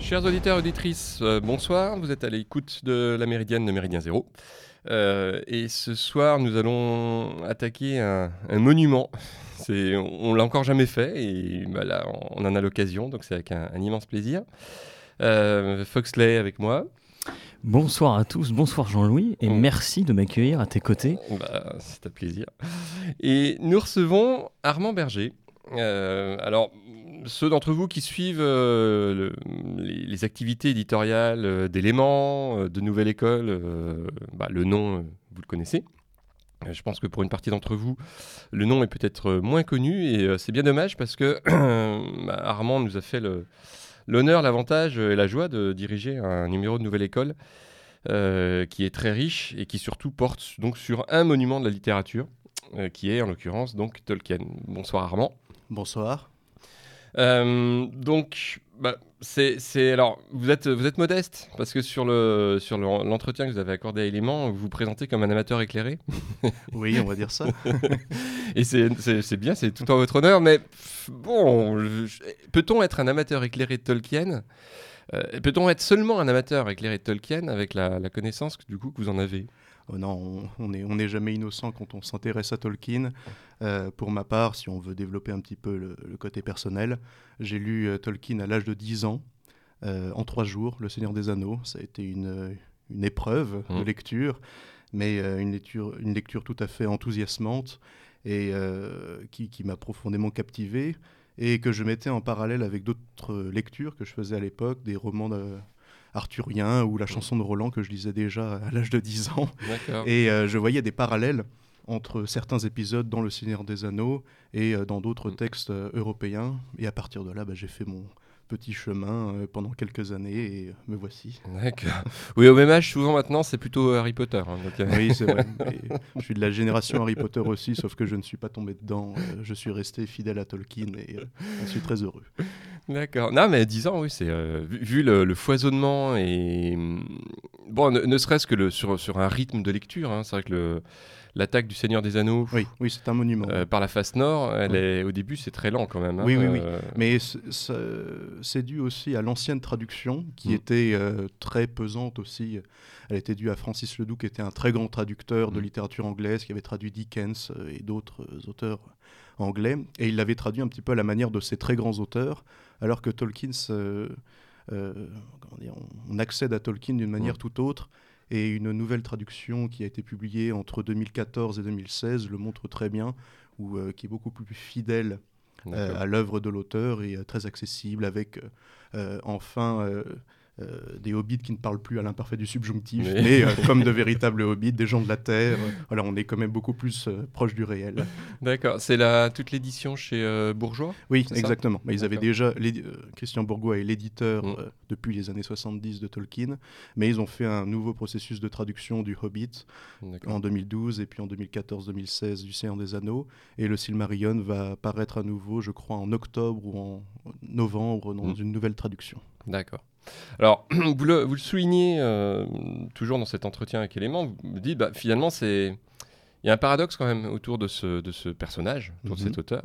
Chers auditeurs et auditrices, bonsoir, vous êtes à l'écoute de la Méridienne de Méridien Zéro. Et ce soir, nous allons attaquer un monument. On l'a encore jamais fait, et là, on en a l'occasion, donc c'est avec un immense plaisir. Foxley avec moi. Bonsoir à tous, bonsoir Jean-Louis, et merci de m'accueillir à tes côtés. C'est un plaisir. Et nous recevons Armand Berger. Alors, ceux d'entre vous qui suivent les activités éditoriales d'Éléments, de Nouvelle École, le nom, vous le connaissez. Je pense que pour une partie d'entre vous, le nom est peut-être moins connu, et c'est bien dommage parce que Armand nous a fait l'honneur, l'avantage et la joie de diriger un numéro de Nouvelle École qui est très riche et qui surtout porte donc sur un monument de la littérature, qui est en l'occurrence donc Tolkien. Bonsoir Armand. Bonsoir. Alors vous êtes modeste parce que sur l'entretien que vous avez accordé à Éléments, vous vous présentez comme un amateur éclairé. Oui, on va dire ça. Et c'est bien, c'est tout en votre honneur. Mais bon, peut-on être un amateur éclairé de Tolkien ? Peut-on être seulement un amateur éclairé de Tolkien avec la connaissance que vous en avez ? Oh non, on n'est jamais innocent quand on s'intéresse à Tolkien. Pour ma part, si on veut développer un petit peu le côté personnel, j'ai lu Tolkien à l'âge de 10 ans, en 3 jours, Le Seigneur des Anneaux. Ça a été une épreuve de lecture, mais une lecture tout à fait enthousiasmante et qui m'a profondément captivé et que je mettais en parallèle avec d'autres lectures que je faisais à l'époque, des romans arthuriens ou la chanson de Roland que je lisais déjà à l'âge de 10 ans. D'accord. Et je voyais des parallèles entre certains épisodes dans Le Seigneur des Anneaux et dans d'autres textes européens. Et à partir de là, j'ai fait mon petit chemin pendant quelques années et me voici. D'accord. Oui, au même âge, souvent maintenant, c'est plutôt Harry Potter. Oui, c'est vrai. Et je suis de la génération Harry Potter aussi, sauf que je ne suis pas tombé dedans. Je suis resté fidèle à Tolkien et je suis très heureux. D'accord. Non, mais 10 ans, oui, c'est vu le foisonnement et bon, ne serait-ce que sur un rythme de lecture, hein, c'est vrai que l'attaque du Seigneur des Anneaux, oui, c'est un monument. par la face nord, au début, c'est très lent quand même. Hein, oui. Mais c'est dû aussi à l'ancienne traduction qui était très pesante aussi. Elle était due à Francis Ledoux, qui était un très grand traducteur de littérature anglaise, qui avait traduit Dickens et d'autres auteurs anglais. Et il l'avait traduit un petit peu à la manière de ces très grands auteurs, alors que Tolkien, on accède à Tolkien d'une manière tout autre. Et une nouvelle traduction qui a été publiée entre 2014 et 2016 le montre très bien, qui est beaucoup plus fidèle à l'œuvre de l'auteur et très accessible, avec des hobbits qui ne parlent plus à l'imparfait du subjonctif, mais comme de véritables hobbits, des gens de la Terre. Voilà, on est quand même beaucoup plus proche du réel. D'accord. C'est toute l'édition chez Bourgeois ? Oui, exactement. Mais ils avaient déjà... Christian Bourgois est l'éditeur depuis les années 70 de Tolkien, mais ils ont fait un nouveau processus de traduction du Hobbit en 2012 et puis en 2014-2016 du Seigneur des Anneaux. Et le Silmarillion va paraître à nouveau, je crois, en octobre ou en novembre dans une nouvelle traduction. D'accord. Alors, vous le soulignez toujours dans cet entretien avec Éléments, vous dites finalement il y a un paradoxe quand même autour de ce personnage, autour de cet auteur,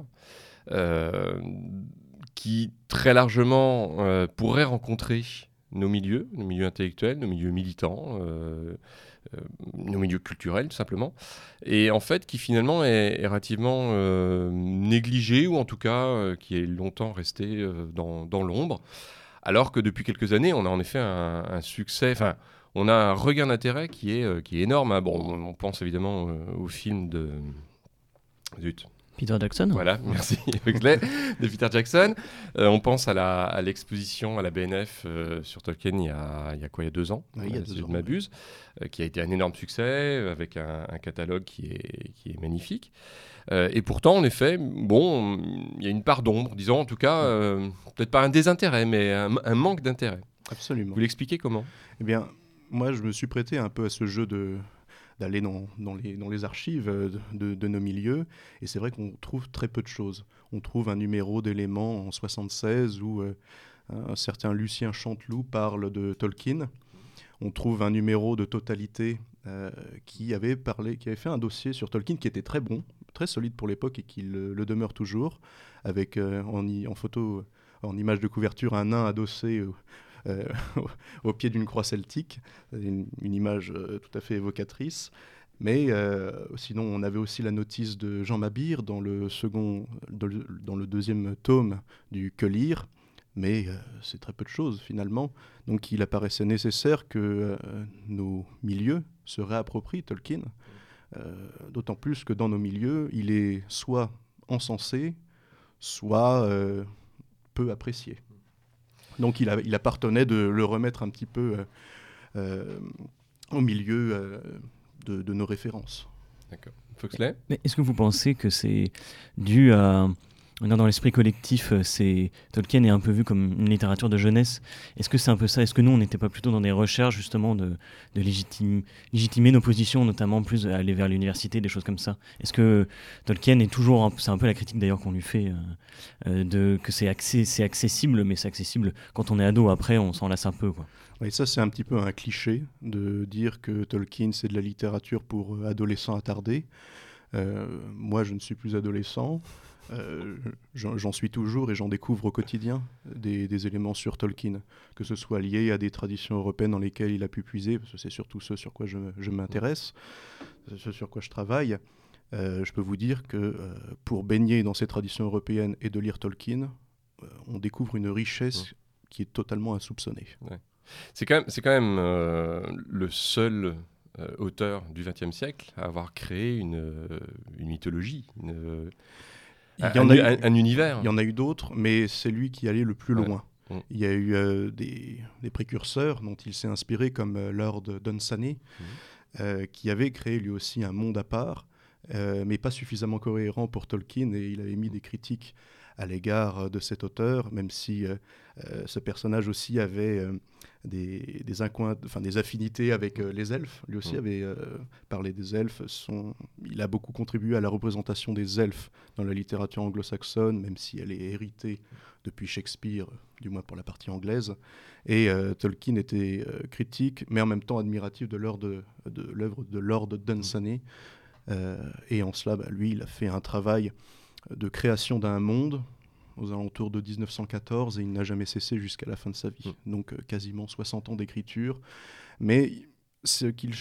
qui très largement pourrait rencontrer nos milieux intellectuels, nos milieux militants, nos milieux culturels tout simplement, et en fait qui finalement est relativement négligé, ou en tout cas qui est longtemps resté dans l'ombre. Alors que depuis quelques années, on a en effet un succès, on a un regain d'intérêt qui est énorme. Hein. Bon, on pense évidemment au film de Peter Jackson. Voilà, merci, Huxley, de Peter Jackson. On pense à l'exposition à la BNF sur Tolkien il y a 2 ans, si je ne m'abuse, qui a été un énorme succès, avec un catalogue qui est magnifique. Et pourtant, en effet, il y a une part d'ombre, disons, en tout cas, peut-être pas un désintérêt, mais un manque d'intérêt. Absolument. Vous l'expliquez comment ? Eh bien, moi, je me suis prêté un peu à ce jeu d'aller dans les archives de nos milieux, et c'est vrai qu'on trouve très peu de choses. On trouve un numéro d'Éléments en 1976 où un certain Lucien Chanteloup parle de Tolkien. On trouve un numéro de Totalité qui avait fait un dossier sur Tolkien qui était très bon, très solide pour l'époque et qui le demeure toujours, avec en photo, en image de couverture, un nain adossé au pied d'une croix celtique, une image tout à fait évocatrice. Mais sinon, on avait aussi la notice de Jean Mabire dans le deuxième tome du Que lire, mais c'est très peu de choses finalement. Donc il apparaissait nécessaire que nos milieux se réapproprient Tolkien, d'autant plus que dans nos milieux, il est soit encensé, soit peu apprécié. Donc il appartenait de le remettre un petit peu au milieu de nos références. D'accord. Foxley ? Mais est-ce que vous pensez que c'est dû à... Dans l'esprit collectif, Tolkien est un peu vu comme une littérature de jeunesse. Est-ce que c'est un peu ça ? Est-ce que nous, on n'était pas plutôt dans des recherches justement de légitimer nos positions, notamment plus aller vers l'université, des choses comme ça ? Est-ce que Tolkien est toujours... C'est un peu la critique d'ailleurs qu'on lui fait, que c'est accessible, mais c'est accessible quand on est ado. Après, on s'en lasse un peu, quoi. Et ça, c'est un petit peu un cliché de dire que Tolkien, c'est de la littérature pour adolescents attardés. Moi, je ne suis plus adolescent. J'en suis toujours et j'en découvre au quotidien des éléments sur Tolkien, que ce soit lié à des traditions européennes dans lesquelles il a pu puiser, parce que c'est surtout ce sur quoi je m'intéresse, ce sur quoi je travaille. Je peux vous dire que pour baigner dans ces traditions européennes et de lire Tolkien, on découvre une richesse qui est totalement insoupçonnée. Ouais. C'est quand même le seul auteur du XXe siècle à avoir créé une mythologie, un univers. Il y en a eu d'autres, mais c'est lui qui allait le plus loin. Il y a eu des précurseurs dont il s'est inspiré, comme Lord Dunsany, qui avait créé lui aussi un monde à part, mais pas suffisamment cohérent pour Tolkien, et il avait mis des critiques à l'égard de cet auteur, même si ce personnage aussi avait des affinités avec les elfes. Lui aussi avait parlé des elfes. Il a beaucoup contribué à la représentation des elfes dans la littérature anglo-saxonne, même si elle est héritée depuis Shakespeare, du moins pour la partie anglaise. Et Tolkien était critique, mais en même temps admiratif de l'œuvre de Lord Dunsany. Et en cela, lui, il a fait un travail de création d'un monde aux alentours de 1914, et il n'a jamais cessé jusqu'à la fin de sa vie. Donc quasiment 60 ans d'écriture. Mais ce qu'il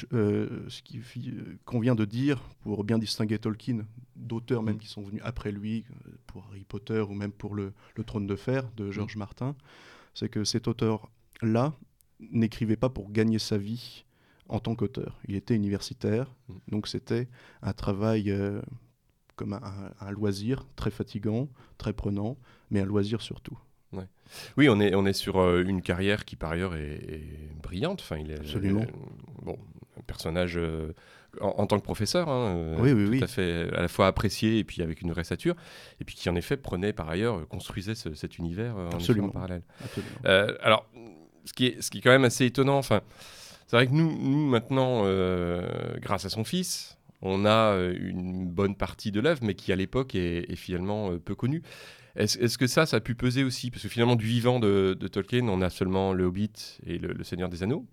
convient de dire, pour bien distinguer Tolkien d'auteurs même qui sont venus après lui, pour Harry Potter ou même pour le Trône de Fer de George Martin, c'est que cet auteur-là n'écrivait pas pour gagner sa vie en tant qu'auteur. Il était universitaire, donc c'était un travail... comme un loisir très fatigant, très prenant, mais un loisir surtout. Ouais. Oui, on est sur une carrière qui par ailleurs est brillante. Enfin, il est absolument un personnage en tant que professeur, oui. à fait à la fois apprécié et puis avec une vraie stature, et puis qui en effet construisait cet univers en parallèle. Alors, ce qui est quand même assez étonnant. Enfin, c'est vrai que nous maintenant, grâce à son fils, on a une bonne partie de l'œuvre, mais qui à l'époque est finalement peu connue. Est-ce que ça a pu peser aussi ? Parce que finalement, du vivant de Tolkien, on a seulement Le Hobbit et le Seigneur des Anneaux.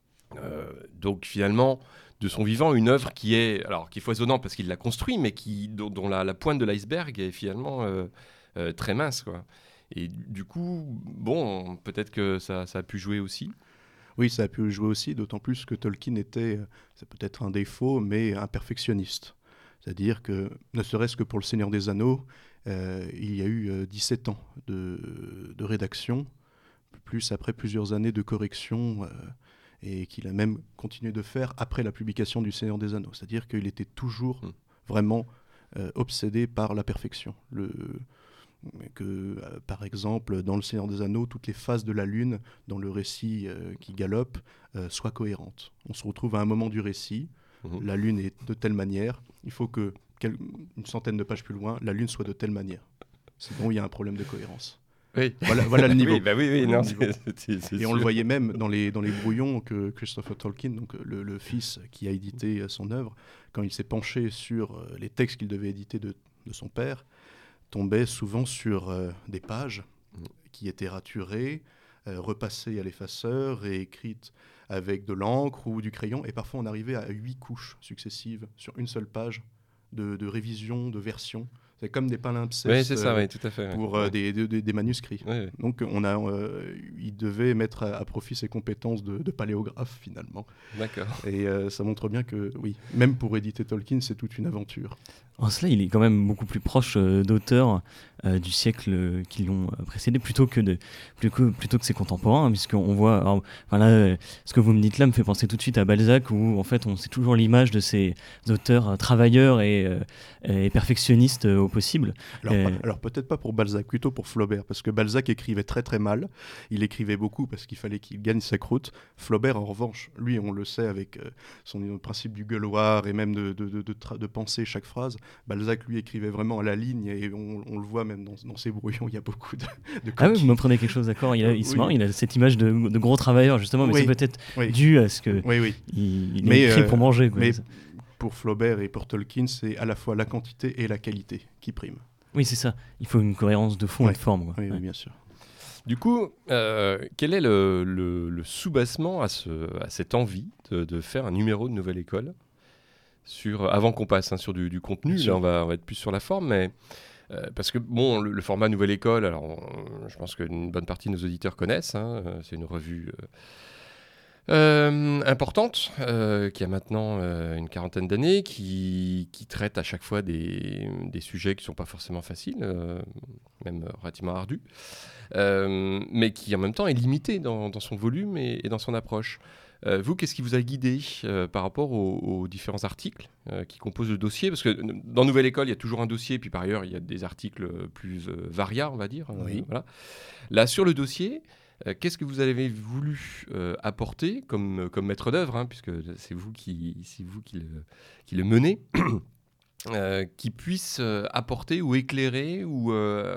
Donc finalement, de son vivant, une œuvre qui est foisonnante parce qu'il l'a construit, mais dont la pointe de l'iceberg est finalement très mince, quoi. Et du coup, peut-être que ça a pu jouer aussi. Oui, ça a pu jouer aussi, d'autant plus que Tolkien était, c'est peut-être un défaut, mais un perfectionniste. C'est-à-dire que, ne serait-ce que pour Le Seigneur des Anneaux, il y a eu 17 ans de rédaction, plus après plusieurs années de correction, et qu'il a même continué de faire après la publication du Seigneur des Anneaux. C'est-à-dire qu'il était toujours vraiment obsédé par la perfection. Par exemple, dans Le Seigneur des Anneaux, toutes les phases de la Lune, dans le récit qui galope, soient cohérentes. On se retrouve à un moment du récit, la Lune est de telle manière, il faut que, une centaine de pages plus loin, la Lune soit de telle manière. Sinon, il y a un problème de cohérence. Oui. Voilà le niveau. Et on le voyait même dans les brouillons que Christopher Tolkien, donc le fils qui a édité son œuvre, quand il s'est penché sur les textes qu'il devait éditer de son père, tombait souvent sur des pages qui étaient raturées, repassées à l'effaceur et écrites avec de l'encre ou du crayon. Et parfois, on arrivait à 8 couches successives sur une seule page de révision, de version. C'est comme des Oui, palimpsestes c'est ça, oui, tout à fait. pour Ouais. des manuscrits. Ouais, ouais. Donc il devait mettre à profit ses compétences de paléographe finalement. D'accord. Et ça montre bien que oui, même pour éditer Tolkien, c'est toute une aventure. En cela, il est quand même beaucoup plus proche d'auteurs du siècle qui l'ont précédé plutôt que ses contemporains, hein, puisqu'on voit. Alors, enfin là, ce que vous me dites là me fait penser tout de suite à Balzac, où en fait, on sait toujours l'image de ces auteurs travailleurs et perfectionnistes au possible. Alors peut-être pas pour Balzac, plutôt pour Flaubert, parce que Balzac écrivait très très mal. Il écrivait beaucoup parce qu'il fallait qu'il gagne sa croûte. Flaubert, en revanche, lui, on le sait avec son principe du gueuloir et même de penser chaque phrase. Balzac, lui, écrivait vraiment à la ligne et on le voit même dans ses brouillons, il y a beaucoup de Ah oui, vous coquilles. me prenez quelque chose, d'accord. C'est Oui. marrant, il a cette image de gros travailleurs, justement, mais Oui, c'est peut-être oui. dû à ce que Oui. il Mais, est écrit pour manger, quoi. Mais pour Flaubert et pour Tolkien, c'est à la fois la quantité et la qualité qui priment. Oui, c'est ça. Il faut une cohérence de fond et Ouais. de forme, quoi. Oui, Ouais. bien sûr. Du coup, quel est le soubassement à cette envie de faire un numéro de Nouvelle École avant qu'on passe sur du contenu, Bien là sûr. on va être plus sur la forme, mais parce que bon, le format Nouvelle École, alors je pense qu'une bonne partie de nos auditeurs connaissent, hein, c'est une revue importante, qui a maintenant une quarantaine d'années, qui traite à chaque fois des sujets qui ne sont pas forcément faciles, même relativement ardus, mais qui en même temps est limité dans son volume et dans son approche. Vous, qu'est-ce qui vous a guidé par rapport aux différents articles qui composent le dossier? Parce que dans Nouvelle École, il y a toujours un dossier, puis par ailleurs, il y a des articles plus variés, on va dire. Oui. Voilà. Là, sur le dossier, qu'est-ce que vous avez voulu apporter comme maître d'œuvre, hein, puisque c'est vous qui le menez, qui puisse apporter ou éclairer ou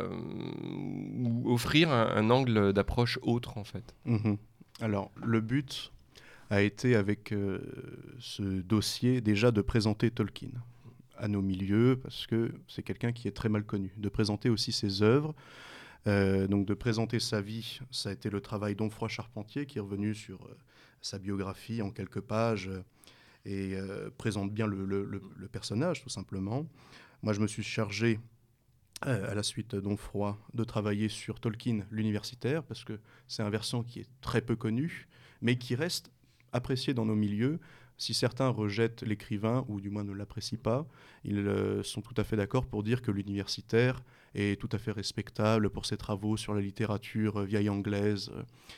offrir un angle d'approche autre, en fait? Mhm. Alors, le but a été avec ce dossier déjà de présenter Tolkien à nos milieux, parce que c'est quelqu'un qui est très mal connu, de présenter aussi ses œuvres, donc de présenter sa vie. Ça a été le travail d'Onfroy Charpentier qui est revenu sur sa biographie en quelques pages et présente bien le personnage tout simplement. Moi je me suis chargé à la suite d'Onfroy de travailler sur Tolkien l'universitaire, parce que c'est un versant qui est très peu connu, mais qui reste apprécié dans nos milieux. Si certains rejettent l'écrivain, ou du moins ne l'apprécient pas, ils sont tout à fait d'accord pour dire que l'universitaire est tout à fait respectable pour ses travaux sur la littérature vieille anglaise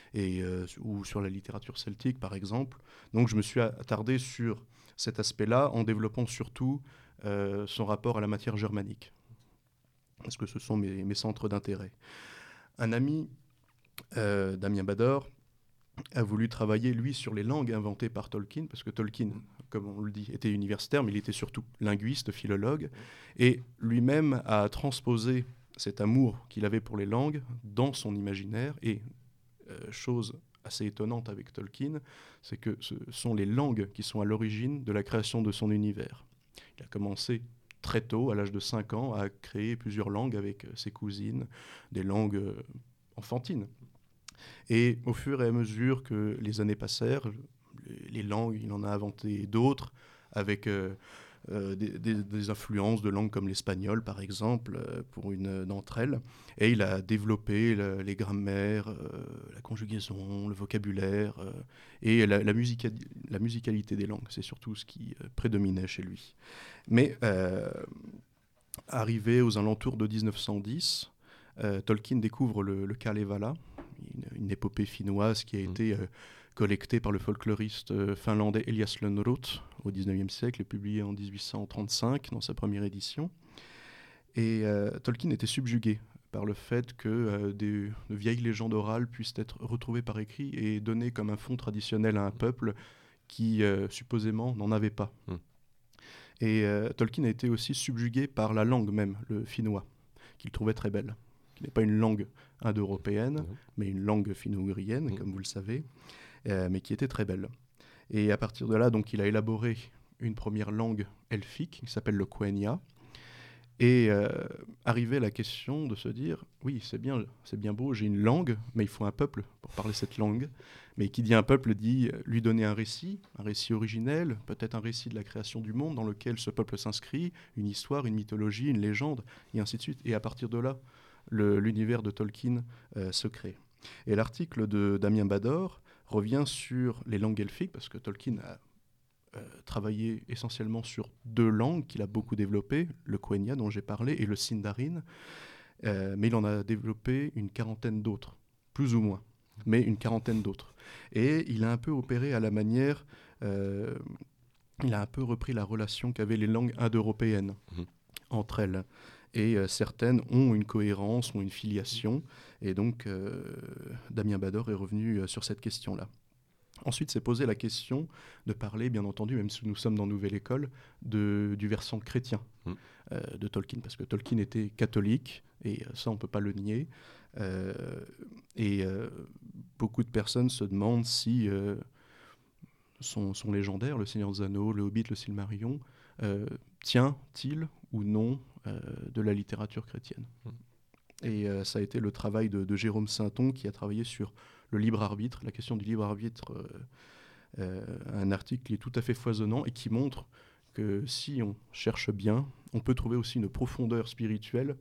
ou sur la littérature celtique, par exemple. Donc je me suis attardé sur cet aspect-là en développant surtout son rapport à la matière germanique, parce que ce sont mes centres d'intérêt. Un ami, Damien Bador, a voulu travailler, lui, sur les langues inventées par Tolkien, parce que Tolkien, comme on le dit, était universitaire, mais il était surtout linguiste, philologue, et lui-même a transposé cet amour qu'il avait pour les langues dans son imaginaire, et chose assez étonnante avec Tolkien, c'est que ce sont les langues qui sont à l'origine de la création de son univers. Il a commencé très tôt, à l'âge de 5 ans, à créer plusieurs langues avec ses cousines, des langues enfantines. Et au fur et à mesure que les années passèrent, les langues, il en a inventé d'autres, avec des influences de langues comme l'espagnol, par exemple, pour une d'entre elles. Et il a développé les grammaires, la conjugaison, le vocabulaire et la musicalité des langues. C'est surtout ce qui prédominait chez lui. Mais arrivé aux alentours de 1910, Tolkien découvre le Kalevala, une épopée finnoise qui a été collectée par le folkloriste finlandais Elias Lönnrot au XIXe siècle et publiée en 1835 dans sa première édition. Et Tolkien était subjugué par le fait que de vieilles légendes orales puissent être retrouvées par écrit et données comme un fonds traditionnel à un peuple qui supposément n'en avait pas. Et Tolkien a été aussi subjugué par la langue même, le finnois, qu'il trouvait très belle, qui n'est pas une langue indo-européenne, mais une langue finno-ougrienne, comme vous le savez, mais qui était très belle. Et à partir de là, donc, il a élaboré une première langue elfique qui s'appelle le Quenya. Et arriver à la question de se dire, oui, c'est bien beau, j'ai une langue, mais il faut un peuple pour parler cette langue. Mais qui dit un peuple dit lui donner un récit originel, peut-être un récit de la création du monde dans lequel ce peuple s'inscrit, une histoire, une mythologie, une légende, et ainsi de suite. Et à partir de là, l'univers de Tolkien se crée. Et l'article de Damien Bador revient sur les langues elfiques, parce que Tolkien a travaillé essentiellement sur 2 langues qu'il a beaucoup développées, le Quenya dont j'ai parlé et le Sindarin, mais il en a développé une quarantaine d'autres, plus ou moins, mais une quarantaine d'autres. Et il a un peu opéré à la manière, il a un peu repris la relation qu'avaient les langues indo-européennes entre elles. Et certaines ont une cohérence, ont une filiation, et donc Damien Bador est revenu sur cette question-là. Ensuite, s'est posé la question de parler, bien entendu, même si nous sommes dans Nouvelle École, du versant chrétien de Tolkien, parce que Tolkien était catholique, et ça, on ne peut pas le nier. Beaucoup de personnes se demandent si son légendaire, Le Seigneur des Anneaux, Le Hobbit, Le Silmarillion, tient-il ou non de la littérature chrétienne. Et ça a été le travail de Jérôme Sainton, qui a travaillé sur le libre arbitre, la question du libre arbitre, un article qui est tout à fait foisonnant et qui montre que si on cherche bien, on peut trouver aussi une profondeur spirituelle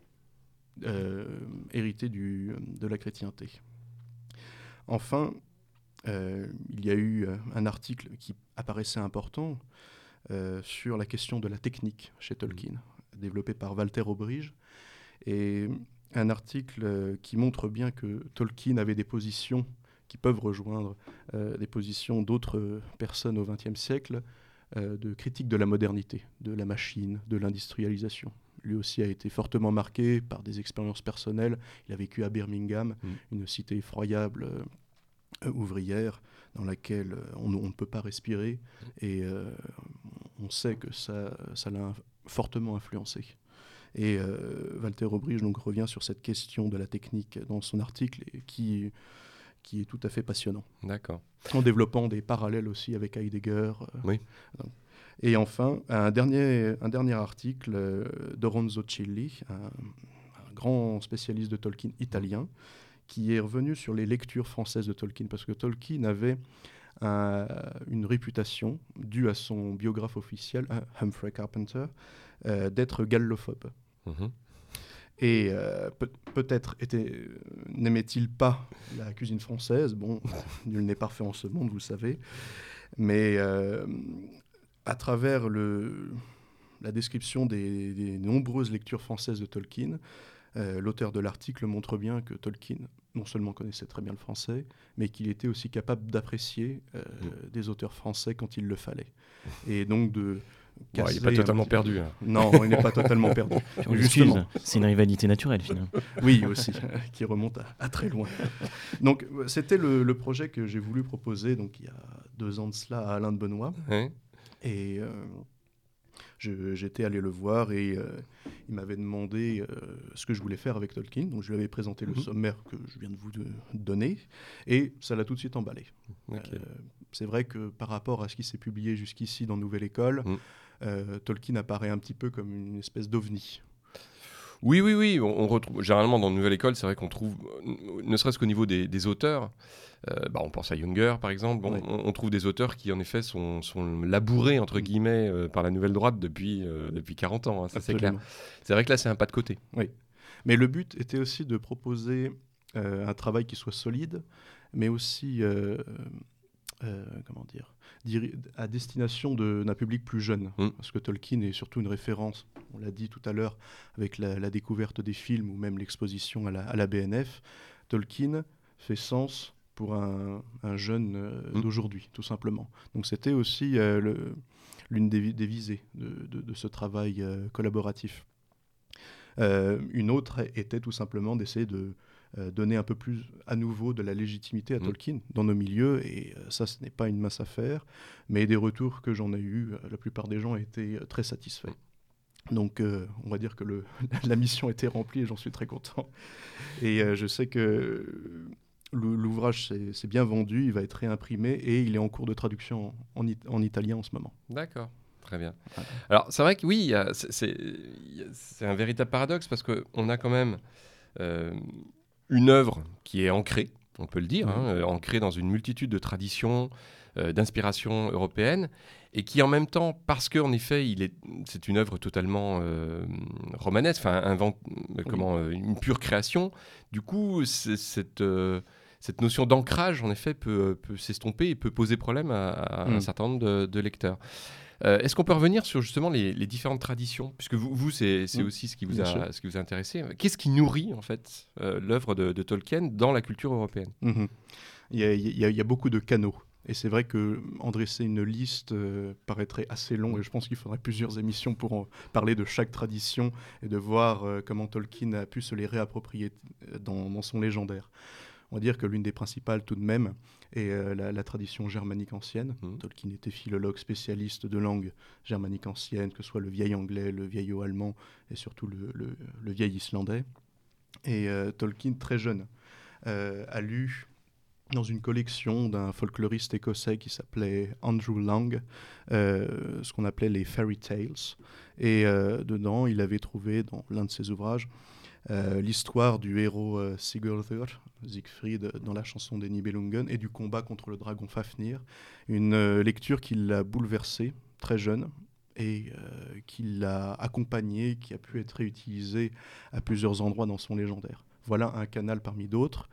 héritée de la chrétienté. Enfin, il y a eu un article qui apparaissait important sur la question de la technique chez Tolkien, développé par Walter Obrige, et un article qui montre bien que Tolkien avait des positions qui peuvent rejoindre des positions d'autres personnes au XXe siècle, de critique de la modernité, de la machine, de l'industrialisation. Lui aussi a été fortement marqué par des expériences personnelles. Il a vécu à Birmingham, une cité effroyable ouvrière dans laquelle on ne peut pas respirer, et on sait que ça l'a fortement influencé. Et Walter Obrige donc revient sur cette question de la technique dans son article, et qui est tout à fait passionnant. D'accord. En développant des parallèles aussi avec Heidegger. Oui. Et enfin, un dernier article d'Oronzo Cilli, un grand spécialiste de Tolkien italien, qui est revenu sur les lectures françaises de Tolkien, parce que Tolkien avait une réputation, due à son biographe officiel, Humphrey Carpenter, d'être gallophobe. Et peut-être n'aimait-il pas la cuisine française. Bon, nul n'est parfait en ce monde, vous le savez. Mais à travers la description des nombreuses lectures françaises de Tolkien, l'auteur de l'article montre bien que Tolkien non seulement connaissait très bien le français, mais qu'il était aussi capable d'apprécier des auteurs français quand il le fallait. Et donc il n'est pas totalement perdu. Hein. Non, il n'est pas totalement perdu. Justement, c'est une rivalité naturelle, finalement. Oui, aussi, qui remonte à très loin. Donc, c'était le projet que j'ai voulu proposer donc, il y a 2 ans de cela à Alain de Benoît. Oui. Et j'étais allé le voir, et il m'avait demandé ce que je voulais faire avec Tolkien. Donc, je lui avais présenté le sommaire que je viens de vous donner, et ça l'a tout de suite emballé. Okay. C'est vrai que par rapport à ce qui s'est publié jusqu'ici dans Nouvelle École, Tolkien apparaît un petit peu comme une espèce d'ovni. Oui. On retrouve généralement dans Nouvelle École, c'est vrai qu'on trouve, ne serait-ce qu'au niveau des auteurs, on pense à Junger par exemple, on trouve des auteurs qui en effet sont labourés entre guillemets par la nouvelle droite depuis 40 ans, hein, ça c'est clair. C'est vrai que là c'est un pas de côté. Oui, mais le but était aussi de proposer un travail qui soit solide, mais aussi à destination d'un public plus jeune, parce que Tolkien est surtout une référence, on l'a dit tout à l'heure, avec la découverte des films ou même l'exposition à la BNF. Tolkien fait sens pour un jeune d'aujourd'hui, tout simplement. Donc c'était aussi l'une des visées de ce travail collaboratif. Une autre était tout simplement d'essayer de donner un peu plus à nouveau de la légitimité à Tolkien dans nos milieux, et ça ce n'est pas une mince affaire, mais des retours que j'en ai eu, la plupart des gens étaient très satisfaits. Donc on va dire que la mission était remplie, et j'en suis très content. Et je sais que l'ouvrage s'est bien vendu, il va être réimprimé, et il est en cours de traduction en italien en ce moment. D'accord. Très bien. Alors, c'est vrai que oui, c'est un véritable paradoxe parce qu'on a quand même une œuvre qui est ancrée, on peut le dire, ancrée dans une multitude de traditions, d'inspiration européenne, et qui en même temps, parce qu'en effet, c'est une œuvre totalement romanesque, une pure création, du coup, cette notion d'ancrage, en effet, peut s'estomper et peut poser problème à un certain nombre de lecteurs. Est-ce qu'on peut revenir sur justement les différentes traditions, puisque vous c'est aussi ce qui vous a intéressé. Qu'est-ce qui nourrit en fait l'œuvre de Tolkien dans la culture européenne? Il y a beaucoup de canaux. Et c'est vrai que en dresser une liste paraîtrait assez long, et je pense qu'il faudrait plusieurs émissions pour en parler de chaque tradition et de voir comment Tolkien a pu se les réapproprier dans son légendaire. On va dire que l'une des principales tout de même est la tradition germanique ancienne. Tolkien était philologue spécialiste de langue germanique ancienne, que ce soit le vieil anglais, le vieillot-allemand et surtout le vieil islandais. Et Tolkien, très jeune, a lu dans une collection d'un folkloriste écossais qui s'appelait Andrew Lang, ce qu'on appelait les fairy tales. Et dedans, il avait trouvé dans l'un de ses ouvrages l'histoire du héros Sigurður, Siegfried dans la chanson des Nibelungen, et du combat contre le dragon Fafnir. Une lecture qui l'a bouleversé très jeune et qui l'a accompagné, qui a pu être réutilisée à plusieurs endroits dans son légendaire. Voilà un canal parmi d'autres.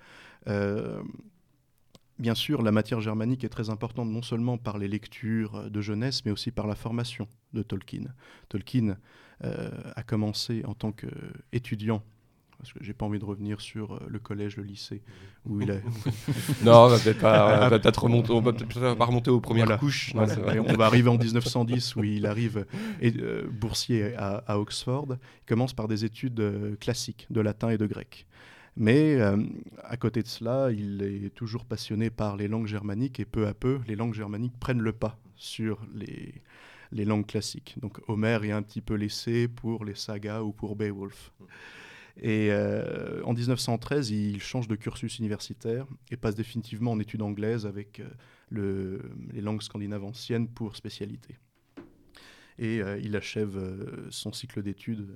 Bien sûr, la matière germanique est très importante non seulement par les lectures de jeunesse, mais aussi par la formation de Tolkien. Tolkien a commencé en tant qu'étudiant, parce que j'ai pas envie de revenir sur le collège, le lycée, où il a... Non, on va peut-être remonter aux premières couches. Voilà. On va arriver en 1910, où il arrive boursier à Oxford. Il commence par des études classiques de latin et de grec. Mais à côté de cela, il est toujours passionné par les langues germaniques, et peu à peu, les langues germaniques prennent le pas sur les langues classiques. Donc Homère est un petit peu laissé pour les sagas ou pour Beowulf. Et en 1913, il change de cursus universitaire et passe définitivement en études anglaises avec les langues scandinaves anciennes pour spécialité. Et il achève son cycle d'études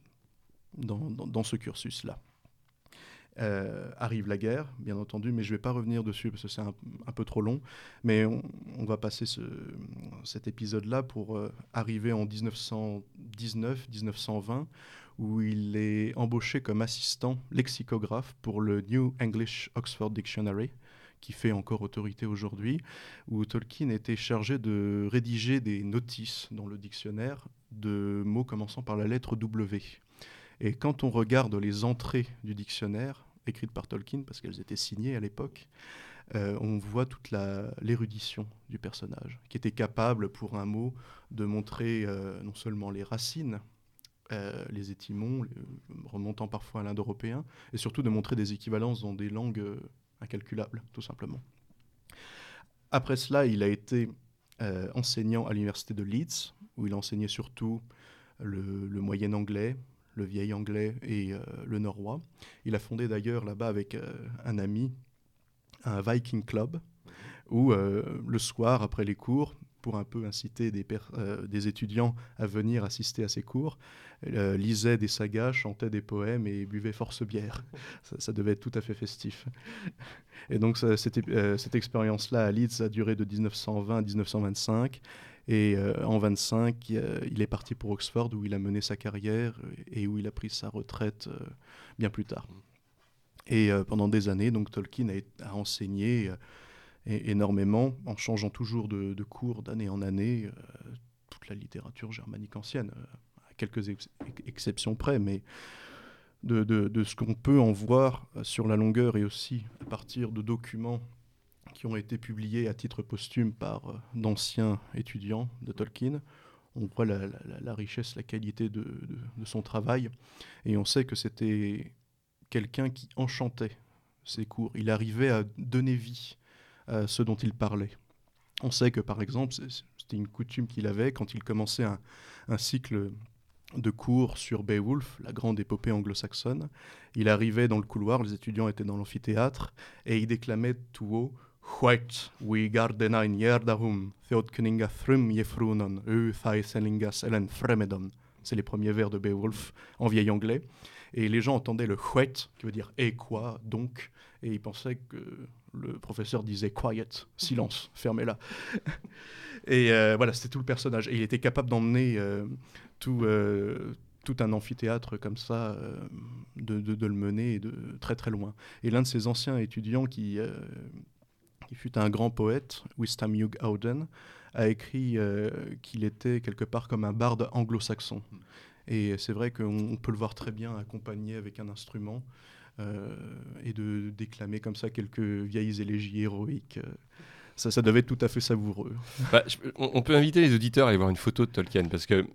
dans ce cursus-là. Arrive la guerre, bien entendu, mais je ne vais pas revenir dessus parce que c'est un peu trop long. Mais on va passer cet épisode-là pour arriver en 1919-1920, où il est embauché comme assistant lexicographe pour le New English Oxford Dictionary, qui fait encore autorité aujourd'hui, où Tolkien était chargé de rédiger des notices dans le dictionnaire de mots commençant par la lettre W. Et quand on regarde les entrées du dictionnaire, écrites par Tolkien, parce qu'elles étaient signées à l'époque, on voit toute l'érudition du personnage, qui était capable, pour un mot, de montrer non seulement les racines, les étymons, remontant parfois à l'indo-européen, et surtout de montrer des équivalences dans des langues incalculables, tout simplement. Après cela, il a été enseignant à l'université de Leeds, où il enseignait surtout le moyen anglais, le vieil anglais et le norrois. Il a fondé d'ailleurs là-bas avec un ami un Viking Club, où le soir, après les cours, pour un peu inciter des étudiants à venir assister à ces cours, lisait des sagas, chantait des poèmes et buvait force bière. Ça devait être tout à fait festif. Et donc cette expérience-là à Leeds a duré de 1920 à 1925. Et en 25, il est parti pour Oxford, où il a mené sa carrière et où il a pris sa retraite bien plus tard. Et pendant des années, donc, Tolkien a enseigné énormément, en changeant toujours de cours d'année en année, toute la littérature germanique ancienne, à quelques exceptions près, mais de ce qu'on peut en voir sur la longueur, et aussi à partir de documents qui ont été publiés à titre posthume par d'anciens étudiants de Tolkien. On voit la richesse, la qualité de son travail, et on sait que c'était quelqu'un qui enchantait ses cours. Il arrivait à donner vie à ce dont il parlait. On sait que, par exemple, c'était une coutume qu'il avait quand il commençait un cycle de cours sur Beowulf, la grande épopée anglo-saxonne. Il arrivait dans le couloir, les étudiants étaient dans l'amphithéâtre, et il déclamait tout haut White, we gardena in yerdahum, theodkeninga thrum yefrunon, thaiselingas elen fremedon. C'est les premiers vers de Beowulf en vieil anglais. Et les gens entendaient le white, qui veut dire « et quoi, donc ?» Et ils pensaient que le professeur disait « quiet, silence, fermez-la ». Et voilà, c'était tout le personnage. Et il était capable d'emmener tout un amphithéâtre comme ça, de le mener de très très loin. Et l'un de ses anciens étudiants qui fut un grand poète, Wistam Hugh Auden, a écrit qu'il était quelque part comme un barde anglo-saxon. Et c'est vrai qu'on peut le voir très bien accompagné avec un instrument et de déclamer comme ça quelques vieilles élégies héroïques. Ça devait être tout à fait savoureux. On peut inviter les auditeurs à aller voir une photo de Tolkien, parce que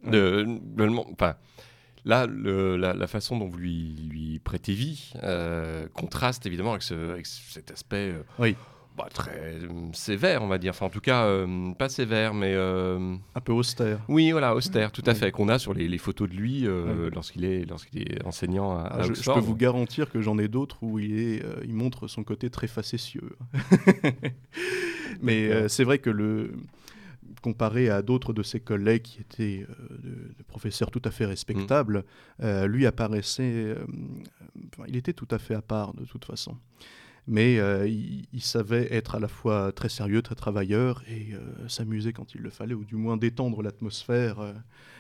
là, la façon dont vous lui prêtez vie contraste évidemment avec cet aspect très sévère, on va dire. Enfin, en tout cas, pas sévère, mais... un peu austère. Oui, voilà, austère, tout à fait, qu'on a sur les photos de lui lorsqu'il est enseignant à Oxford. Je peux vous garantir que j'en ai d'autres où il montre son côté très facétieux. Mais c'est vrai que comparé à d'autres de ses collègues qui étaient de professeurs tout à fait respectables, lui apparaissait... il était tout à fait à part, de toute façon. Mais il savait être à la fois très sérieux, très travailleur, et s'amuser quand il le fallait, ou du moins détendre l'atmosphère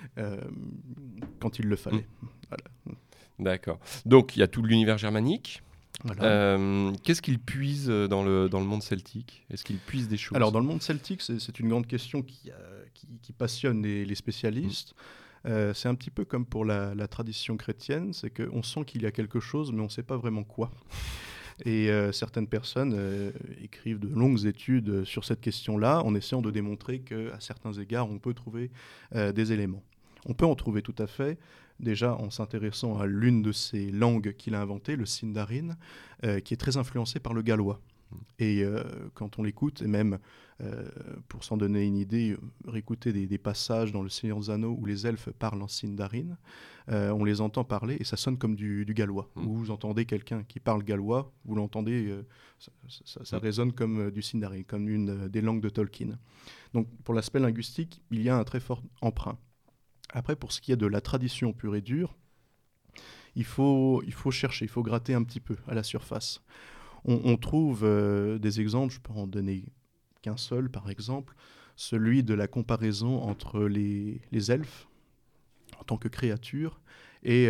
quand il le fallait. Voilà. D'accord. Donc, il y a tout l'univers germanique. Voilà. Qu'est-ce qu'il puise dans le monde celtique ? Est-ce qu'il puise des choses ? Alors, dans le monde celtique, c'est une grande question qui passionne les spécialistes. C'est un petit peu comme pour la tradition chrétienne, c'est qu'on sent qu'il y a quelque chose, mais on ne sait pas vraiment quoi. Et certaines personnes écrivent de longues études sur cette question-là en essayant de démontrer qu'à certains égards, on peut trouver des éléments. On peut en trouver tout à fait, déjà en s'intéressant à l'une de ces langues qu'il a inventées, le Sindarin, qui est très influencé par le gallois. Et quand on l'écoute, et même pour s'en donner une idée, réécouter des passages dans Le Seigneur des Anneaux où les elfes parlent en Sindarin, on les entend parler et ça sonne comme du gallois. Vous entendez quelqu'un qui parle gallois, vous l'entendez, ça résonne comme du Sindarin, comme une des langues de Tolkien. Donc pour l'aspect linguistique, il y a un très fort emprunt. Après, pour ce qui est de la tradition pure et dure, il faut chercher, il faut gratter un petit peu à la surface. On trouve des exemples, je peux en donner qu'un seul par exemple, celui de la comparaison entre les elfes en tant que créatures et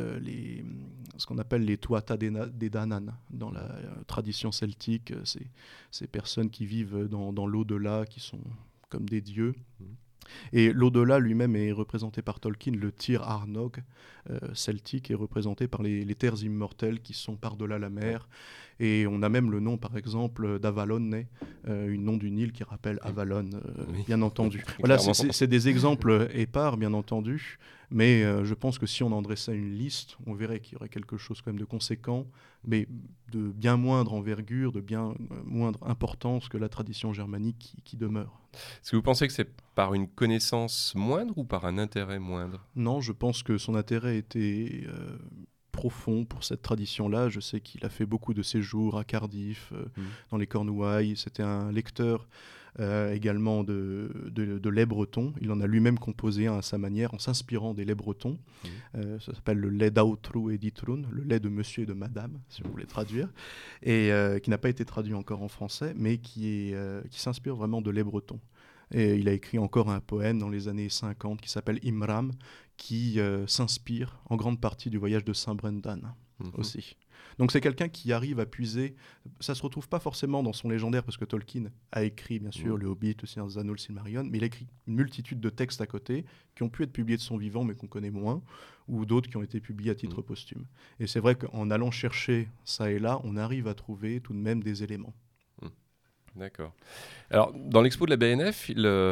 ce qu'on appelle les Tuatha Dé Danann dans la tradition celtique, ces personnes qui vivent dans l'au-delà, qui sont comme des dieux. Et l'au-delà lui-même est représenté par Tolkien, le Tir Arnog celtique est représenté par les terres immortelles qui sont par-delà la mer. Et on a même le nom, par exemple, d'Avalon, une nom d'une île qui rappelle Avalon, bien entendu. Voilà, c'est des exemples épars, bien entendu, mais je pense que si on en dressait une liste, on verrait qu'il y aurait quelque chose quand même de conséquent, mais de bien moindre envergure, de bien moindre importance que la tradition germanique qui demeure. Est-ce que vous pensez que c'est par une connaissance moindre ou par un intérêt moindre ? Non, je pense que son intérêt était profond pour cette tradition-là. Je sais qu'il a fait beaucoup de séjours à Cardiff, dans les Cornouailles. C'était un lecteur également de lait breton. Il en a lui-même composé un à sa manière en s'inspirant des laits bretons. Ça s'appelle le lait d'Autru et d'Itrun, le lait de monsieur et de madame, si vous voulez traduire, et qui n'a pas été traduit encore en français, mais qui s'inspire vraiment de lait breton. Et il a écrit encore un poème dans les années 50 qui s'appelle Imram, qui s'inspire en grande partie du voyage de Saint Brendan aussi. Donc c'est quelqu'un qui arrive à puiser, ça se retrouve pas forcément dans son légendaire, parce que Tolkien a écrit bien sûr Le Hobbit, Le Seigneur des Anneaux, le Silmarillion, mais il a écrit une multitude de textes à côté qui ont pu être publiés de son vivant mais qu'on connaît moins, ou d'autres qui ont été publiés à titre posthume. Et c'est vrai qu'en allant chercher ça et là, on arrive à trouver tout de même des éléments. D'accord. Alors, dans l'expo de la BNF,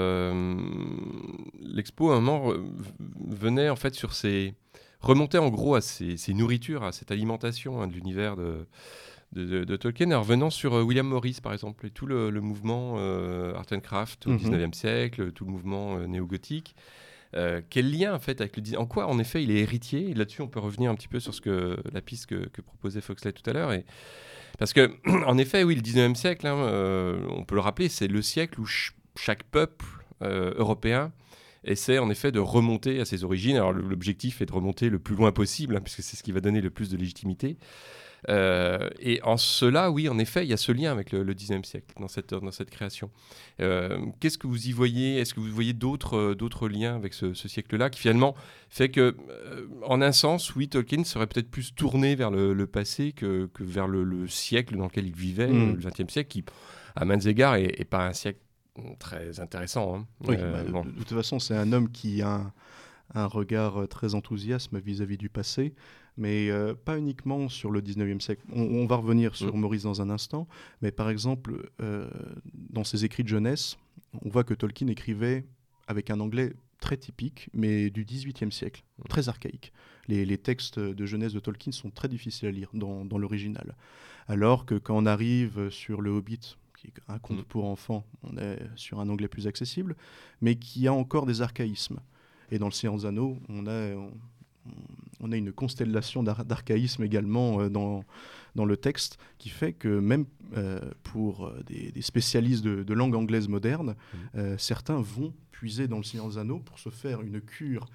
l'expo, à un moment, venait en fait remontait en gros à ces nourritures, à cette alimentation de l'univers de Tolkien, en revenant sur William Morris, par exemple, et tout le mouvement Art and Craft au XIXe siècle, tout le mouvement néo-gothique. Quel lien en fait avec en quoi en effet il est héritier? Et là-dessus, on peut revenir un petit peu sur la piste que proposait Foxley tout à l'heure. Parce que en effet, oui, le 19e siècle, on peut le rappeler, c'est le siècle où chaque peuple européen essaie en effet de remonter à ses origines. Alors l'objectif est de remonter le plus loin possible, puisque c'est ce qui va donner le plus de légitimité. Et en cela, oui, en effet, il y a ce lien avec le 19e siècle dans cette création. Qu'est-ce que vous y voyez? Est-ce que vous voyez d'autres liens avec ce siècle-là qui finalement fait que, en un sens, oui, Tolkien serait peut-être plus tourné vers le passé que vers le siècle dans lequel il vivait, le 20e siècle, qui, à maints égards, est pas un siècle très intéressant. Oui, de toute façon, c'est un homme qui a un regard très enthousiaste vis-à-vis du passé, mais pas uniquement sur le 19e siècle. On va revenir sur Maurice dans un instant, mais par exemple, dans ses écrits de jeunesse, on voit que Tolkien écrivait avec un anglais très typique, mais du 18e siècle, très archaïque. Les textes de jeunesse de Tolkien sont très difficiles à lire dans l'original. Alors que quand on arrive sur Le Hobbit, qui est un conte pour enfants, on est sur un anglais plus accessible, mais qui a encore des archaïsmes. Et dans Le Seigneur des Anneaux, on a une constellation d'archaïsmes également dans le texte, qui fait que même pour des spécialistes de langue anglaise moderne, certains vont puiser dans Le Seigneur des Anneaux pour se faire une cure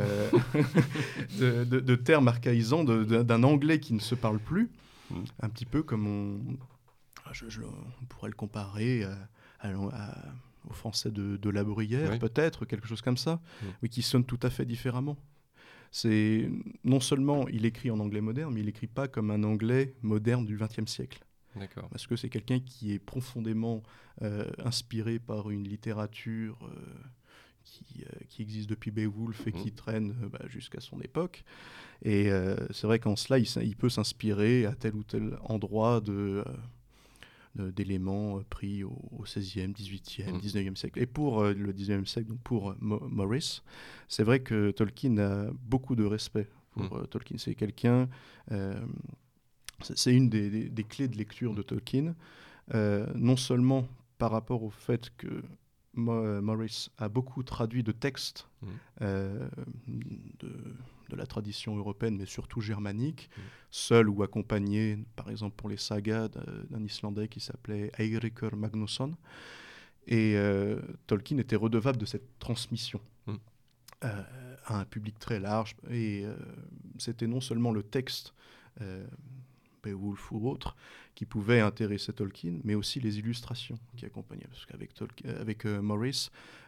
de termes archaïsants d'un anglais qui ne se parle plus, un petit peu comme on pourrait le comparer au français de La Bruyère, peut-être, quelque chose comme ça, mais qui sonne tout à fait différemment. C'est non seulement il écrit en anglais moderne, mais il n'écrit pas comme un anglais moderne du XXe siècle. D'accord. Parce que c'est quelqu'un qui est profondément inspiré par une littérature qui existe depuis Beowulf et qui traîne jusqu'à son époque. Et c'est vrai qu'en cela, il peut s'inspirer à tel ou tel endroit d'éléments pris au XVIe, XVIIIe, XIXe siècle. Et pour le XIXe siècle, donc pour Morris, c'est vrai que Tolkien a beaucoup de respect pour Tolkien. C'est quelqu'un... c'est une des clés de lecture de Tolkien, non seulement par rapport au fait que Morris a beaucoup traduit de textes de la tradition européenne, mais surtout germanique, seul ou accompagné, par exemple pour les sagas, d'un Islandais qui s'appelait Eirikur Magnusson. Et Tolkien était redevable de cette transmission à un public très large. Et c'était non seulement le texte, Beowulf ou autre, qui pouvait intéresser Tolkien, mais aussi les illustrations qui accompagnaient. Parce qu'avec Morris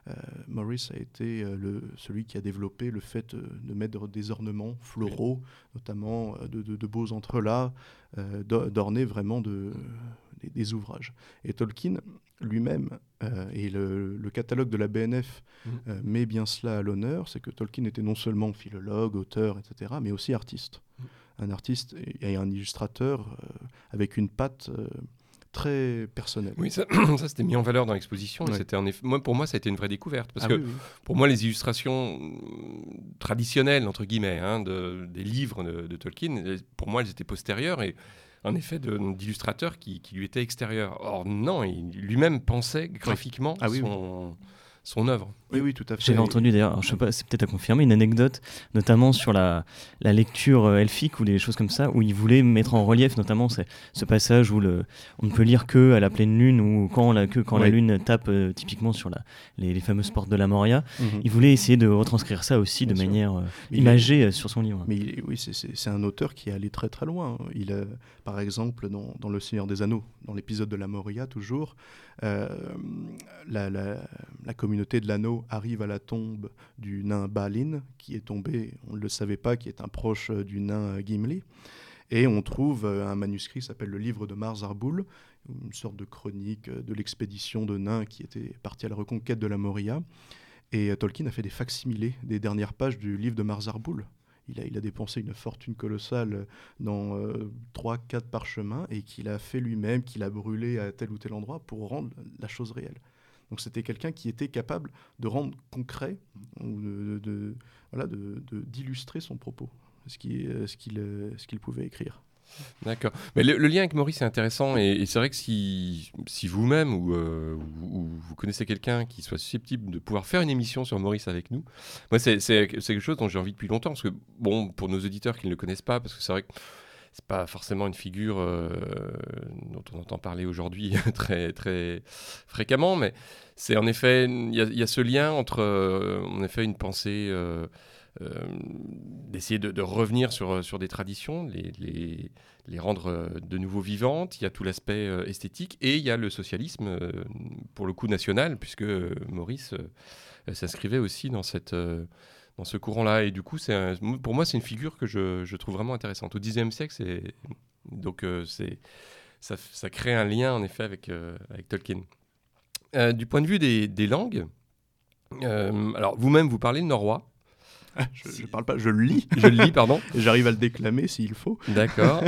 a été celui qui a développé le fait de mettre des ornements floraux, notamment de beaux entrelacs, d'orner vraiment des ouvrages. Et Tolkien lui-même, et le catalogue de la BNF met bien cela à l'honneur, c'est que Tolkien était non seulement philologue, auteur, etc., mais aussi artiste. Un artiste et un illustrateur avec une patte très personnelle. Oui, ça c'était mis en valeur dans l'exposition. Et c'était pour moi, ça a été une vraie découverte. Parce que pour moi, les illustrations traditionnelles, entre guillemets, des livres de Tolkien, pour moi, elles étaient postérieures et en effet d'illustrateurs qui lui étaient extérieurs. Or, non, il lui-même pensait graphiquement son œuvre. Oui, tout à fait. J'avais entendu d'ailleurs, je sais pas, c'est peut-être à confirmer, une anecdote, notamment sur la lecture elfique ou des choses comme ça, où il voulait mettre en relief notamment ce passage où on ne peut lire que à la pleine lune ou quand la lune tape typiquement sur les fameuses portes de la Moria. Il voulait essayer de retranscrire ça aussi de manière imagée sur son livre. Mais oui, c'est un auteur qui est allé très très loin. Il par exemple, dans Le Seigneur des Anneaux, dans l'épisode de la Moria toujours, la communauté de l'anneau arrive à la tombe du nain Balin, qui est tombé, on ne le savait pas, qui est un proche du nain Gimli. Et on trouve un manuscrit qui s'appelle le livre de Mar Zarboul, une sorte de chronique de l'expédition de nains qui était partie à la reconquête de la Moria. Et Tolkien a fait des facsimilés des dernières pages du livre de Mar Zarboul. Il a dépensé une fortune colossale dans 3-4 parchemins et qu'il a fait lui-même, qu'il a brûlé à tel ou tel endroit pour rendre la chose réelle. Donc c'était quelqu'un qui était capable de rendre concret, ou d'illustrer son propos, ce qu'il pouvait écrire. D'accord. Mais le lien avec Maurice est intéressant et c'est vrai que si vous-même ou vous connaissez quelqu'un qui soit susceptible de pouvoir faire une émission sur Maurice avec nous, moi c'est quelque chose dont j'ai envie depuis longtemps parce que bon pour nos auditeurs qui ne le connaissent pas parce que c'est vrai que c'est pas forcément une figure dont on entend parler aujourd'hui très très fréquemment, mais c'est en effet il y a ce lien entre en effet une pensée d'essayer de revenir sur des traditions, les rendre de nouveau vivantes. Il y a tout l'aspect esthétique et il y a le socialisme, pour le coup national, puisque Maurice s'inscrivait aussi dans ce courant-là. Et du coup, pour moi, c'est une figure que je trouve vraiment intéressante. Au Xe siècle, donc ça crée un lien, en effet, avec Tolkien. Du point de vue des langues, alors vous-même, vous parlez le norrois. Je parle pas, je le lis. Je le lis, pardon. Et j'arrive à le déclamer s'il faut. D'accord.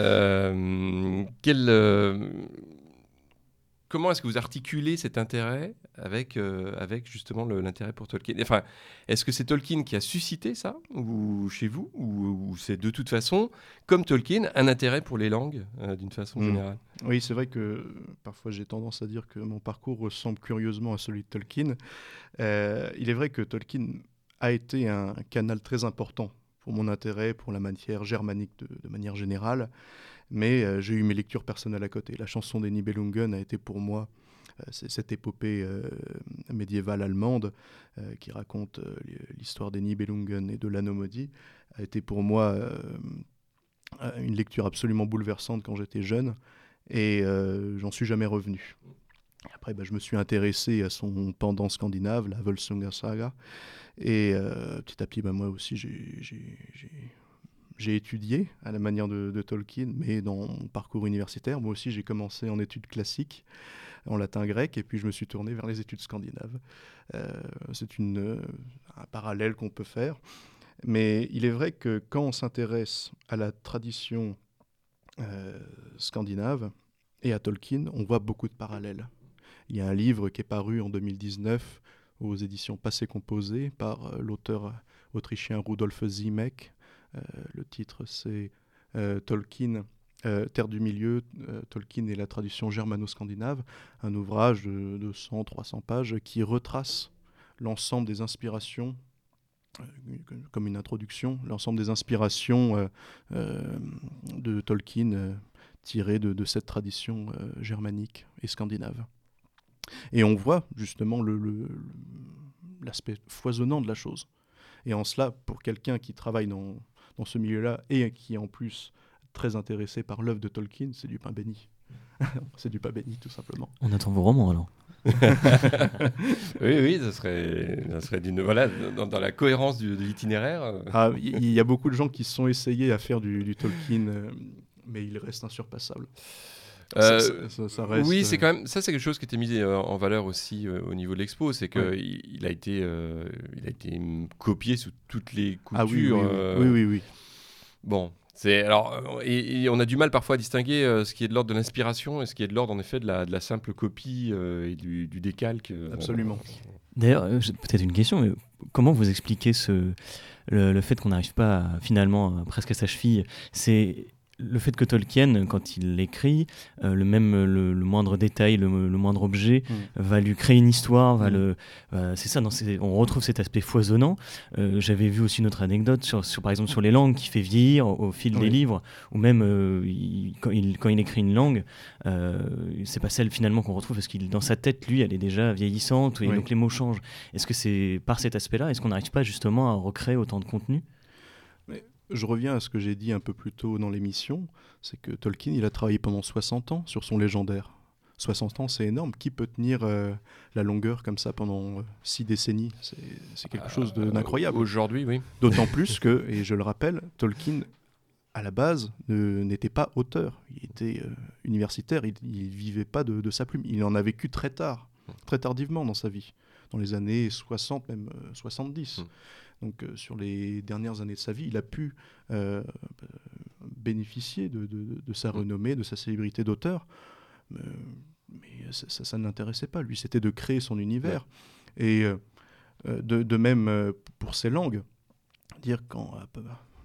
Comment est-ce que vous articulez cet intérêt avec justement l'intérêt pour Tolkien ? Enfin, est-ce que c'est Tolkien qui a suscité ça ou chez vous ou c'est de toute façon, comme Tolkien, un intérêt pour les langues d'une façon générale ? Oui, c'est vrai que parfois j'ai tendance à dire que mon parcours ressemble curieusement à celui de Tolkien. Il est vrai que Tolkien a été un canal très important pour mon intérêt pour la matière germanique de manière générale, mais j'ai eu mes lectures personnelles à côté. La chanson des Nibelungen a été pour moi cette épopée médiévale allemande qui raconte l'histoire des Nibelungen et de l'Anneau maudit, a été pour moi une lecture absolument bouleversante quand j'étais jeune, et j'en suis jamais revenu. Après, je me suis intéressé à son pendant scandinave, la Völsunga Saga, et petit à petit, moi aussi, j'ai étudié à la manière de Tolkien, mais dans mon parcours universitaire, moi aussi, j'ai commencé en études classiques, en latin-grec, et puis je me suis tourné vers les études scandinaves. C'est un parallèle qu'on peut faire, mais il est vrai que quand on s'intéresse à la tradition scandinave et à Tolkien, on voit beaucoup de parallèles. Il y a un livre qui est paru en 2019 aux éditions Passé Composé par l'auteur autrichien Rudolf Simek. Le titre, c'est Tolkien, Terre du Milieu, Tolkien et la tradition germano-scandinave, un ouvrage de 100-300 pages qui retrace l'ensemble des inspirations, comme une introduction, l'ensemble des inspirations de Tolkien tirées de cette tradition germanique et scandinave. Et on voit justement l'aspect foisonnant de la chose. Et en cela, pour quelqu'un qui travaille dans ce milieu-là et qui est en plus très intéressé par l'œuvre de Tolkien, c'est du pain béni. C'est du pain béni, tout simplement. On attend vos romans alors. Oui, ça serait voilà, dans la cohérence de l'itinéraire. Il y a beaucoup de gens qui se sont essayés à faire du Tolkien, mais il reste insurpassable. Ça reste, oui, c'est quand même ça, c'est quelque chose qui était mis en valeur aussi au niveau de l'expo, c'est que il a été copié sous toutes les coutures. Oui. Bon, et on a du mal parfois à distinguer ce qui est de l'ordre de l'inspiration et ce qui est de l'ordre en effet de la simple copie et du décalque. Absolument. D'ailleurs, peut-être une question, mais comment vous expliquez le fait qu'on n'arrive pas finalement presque à sa cheville ? C'est le fait que Tolkien, quand il l'écrit, le moindre détail, le moindre objet va lui créer une histoire, c'est ça, on retrouve cet aspect foisonnant. J'avais vu aussi une autre anecdote par exemple sur les langues qui fait vieillir au fil des livres, ou même quand il écrit une langue, c'est pas celle finalement qu'on retrouve parce qu'il dans sa tête, lui, elle est déjà vieillissante et donc les mots changent. Est-ce que c'est par cet aspect-là, est-ce qu'on n'arrive pas justement à recréer autant de contenu ? Je reviens à ce que j'ai dit un peu plus tôt dans l'émission, c'est que Tolkien, il a travaillé pendant 60 ans sur son légendaire. 60 ans, c'est énorme. Qui peut tenir la longueur comme ça pendant 6 décennies ? C'est quelque chose d'incroyable. Aujourd'hui, oui. D'autant plus que, et je le rappelle, Tolkien, à la base, n'était pas auteur. Il était universitaire, il ne vivait pas de sa plume. Il en a vécu très tardivement dans sa vie, dans les années 60, même 70. Donc sur les dernières années de sa vie, il a pu bénéficier de sa renommée, de sa célébrité d'auteur, mais ça ne l'intéressait pas. Lui, c'était de créer son univers. Et de même pour ses langues, dire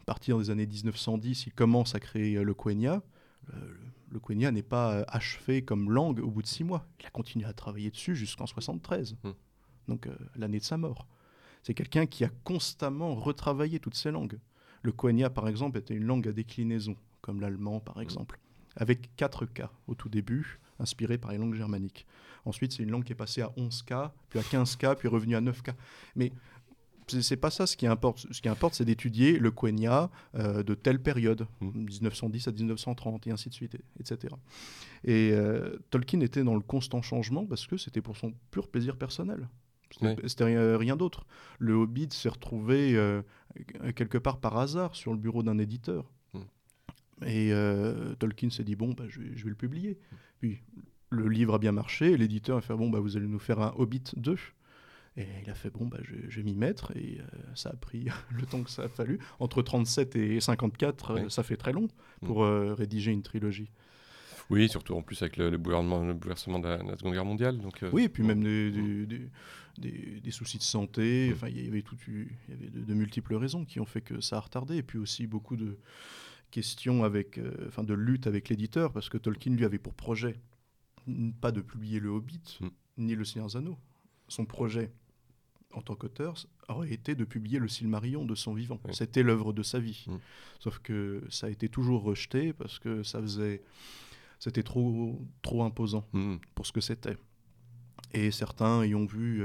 partir des années 1910, il commence à créer le Quenya. Le Quenya n'est pas achevé comme langue au bout de 6 mois. Il a continué à travailler dessus jusqu'en 73, donc l'année de sa mort. C'est quelqu'un qui a constamment retravaillé toutes ces langues. Le Quenya, par exemple, était une langue à déclinaison, comme l'allemand, par exemple, avec 4 K au tout début, inspiré par les langues germaniques. Ensuite, c'est une langue qui est passée à 11 K, puis à 15 K, puis revenue à 9 K. Mais c'est pas ça ce qui importe. Ce qui importe, c'est d'étudier le Quenya de telle période, 1910 à 1930, et ainsi de suite, etc. Et Tolkien était dans le constant changement parce que c'était pour son pur plaisir personnel. C'était rien d'autre. Le Hobbit s'est retrouvé quelque part par hasard sur le bureau d'un éditeur. Et Tolkien s'est dit, bon, je vais le publier. Puis le livre a bien marché, et l'éditeur a fait, bon, vous allez nous faire un Hobbit 2. Et il a fait, bon, je vais m'y mettre, et ça a pris le temps que ça a fallu. Entre 37 et 54, ça fait très long pour rédiger une trilogie. Oui, surtout en plus avec le bouleversement de la Seconde Guerre mondiale. Donc, oui, et puis même des soucis de santé. Enfin, il y avait de multiples raisons qui ont fait que ça a retardé. Et puis aussi beaucoup de questions de lutte avec l'éditeur, parce que Tolkien, lui, avait pour projet pas de publier le Hobbit, ni le Seigneur des Anneaux. Son projet, en tant qu'auteur, aurait été de publier le Silmarillion de son vivant. Oui. C'était l'œuvre de sa vie. Sauf que ça a été toujours rejeté parce que c'était trop imposant pour ce que c'était. Et certains y ont vu...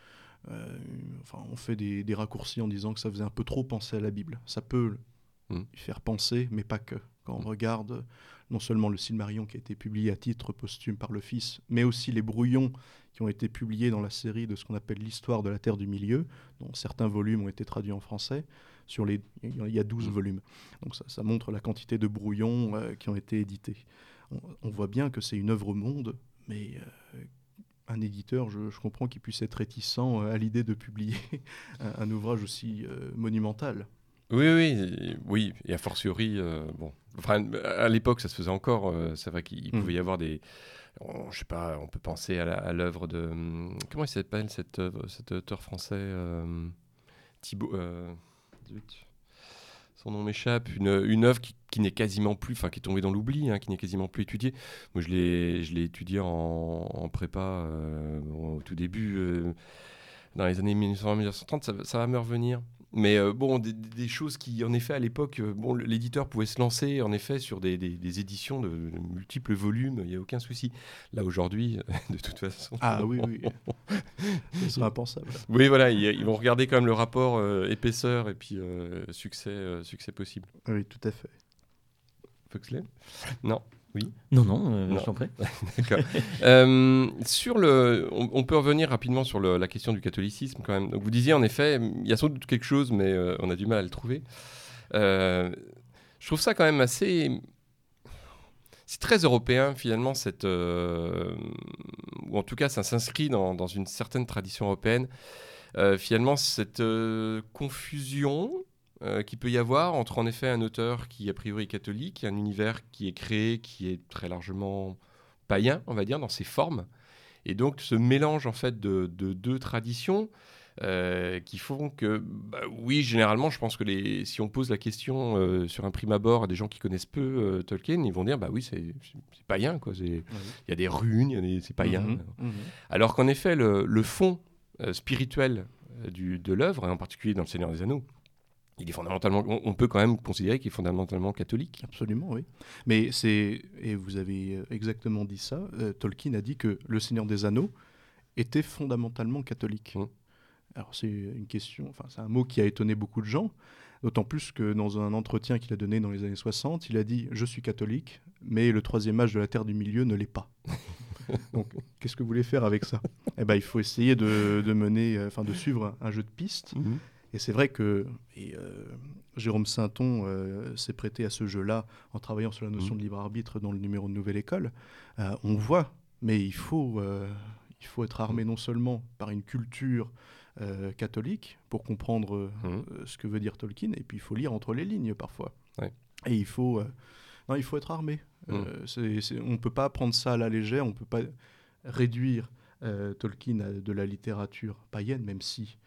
on fait des raccourcis en disant que ça faisait un peu trop penser à la Bible. Ça peut faire penser, mais pas que. Quand on regarde non seulement le Silmarillion qui a été publié à titre posthume par le Fils, mais aussi les brouillons qui ont été publiés dans la série de ce qu'on appelle l'Histoire de la Terre du Milieu, dont certains volumes ont été traduits en français. Il y a 12 volumes. Donc ça montre la quantité de brouillons qui ont été édités. On voit bien que c'est une œuvre monde, mais un éditeur, je comprends qu'il puisse être réticent à l'idée de publier un ouvrage aussi monumental. Oui, et a fortiori, à l'époque ça se faisait encore, c'est vrai qu'il pouvait y avoir je sais pas, on peut penser à l'œuvre de, comment il s'appelle cet auteur français, Thibaut, son nom m'échappe, une œuvre qui n'est quasiment plus, qui est tombée dans l'oubli, qui n'est quasiment plus étudiée. Moi je l'ai étudié en prépa au tout début, dans les années 1920-1930, ça va me revenir. Mais des choses qui, en effet, à l'époque, l'éditeur pouvait se lancer, en effet, sur des éditions de multiples volumes, il n'y a aucun souci. Là, aujourd'hui, de toute façon... Ah oui, ce serait impensable. Oui, voilà, ils vont regarder quand même le rapport épaisseur et puis succès possible. Oui, tout à fait. Foxley ? Non. Oui. Non, je t'en prie. D'accord. On peut revenir rapidement sur la question du catholicisme quand même. Donc vous disiez en effet, il y a sans doute quelque chose, mais on a du mal à le trouver. Je trouve ça quand même assez... C'est très européen finalement, ou en tout cas ça s'inscrit dans une certaine tradition européenne. Finalement cette confusion... qu'il peut y avoir entre en effet un auteur qui a priori est catholique, un univers qui est créé, qui est très largement païen, on va dire, dans ses formes, et donc ce mélange en fait de deux traditions qui font que, oui, généralement, je pense que si on pose la question sur un prime abord à des gens qui connaissent peu Tolkien, ils vont dire, oui, c'est païen, quoi. Il y a des runes, c'est païen. Alors qu'en effet, le fond spirituel de l'œuvre, et en particulier dans Le Seigneur des Anneaux, il est fondamentalement, on peut quand même considérer qu'il est fondamentalement catholique. Absolument, oui. Mais et vous avez exactement dit ça, Tolkien a dit que Le Seigneur des Anneaux était fondamentalement catholique. Alors c'est une question, c'est un mot qui a étonné beaucoup de gens, d'autant plus que dans un entretien qu'il a donné dans les années 60, il a dit « Je suis catholique, mais le troisième âge de la Terre du Milieu ne l'est pas ». Donc, qu'est-ce que vous voulez faire avec ça ? Il faut essayer de suivre un jeu de pistes. Et c'est vrai que Jérôme Sainton s'est prêté à ce jeu-là en travaillant sur la notion de libre arbitre dans le numéro de Nouvelle École. On voit, mais il faut être armé non seulement par une culture catholique pour comprendre ce que veut dire Tolkien, et puis il faut lire entre les lignes parfois. Ouais. Et il faut être armé. On ne peut pas prendre ça à la légère, on ne peut pas réduire Tolkien à de la littérature païenne, même si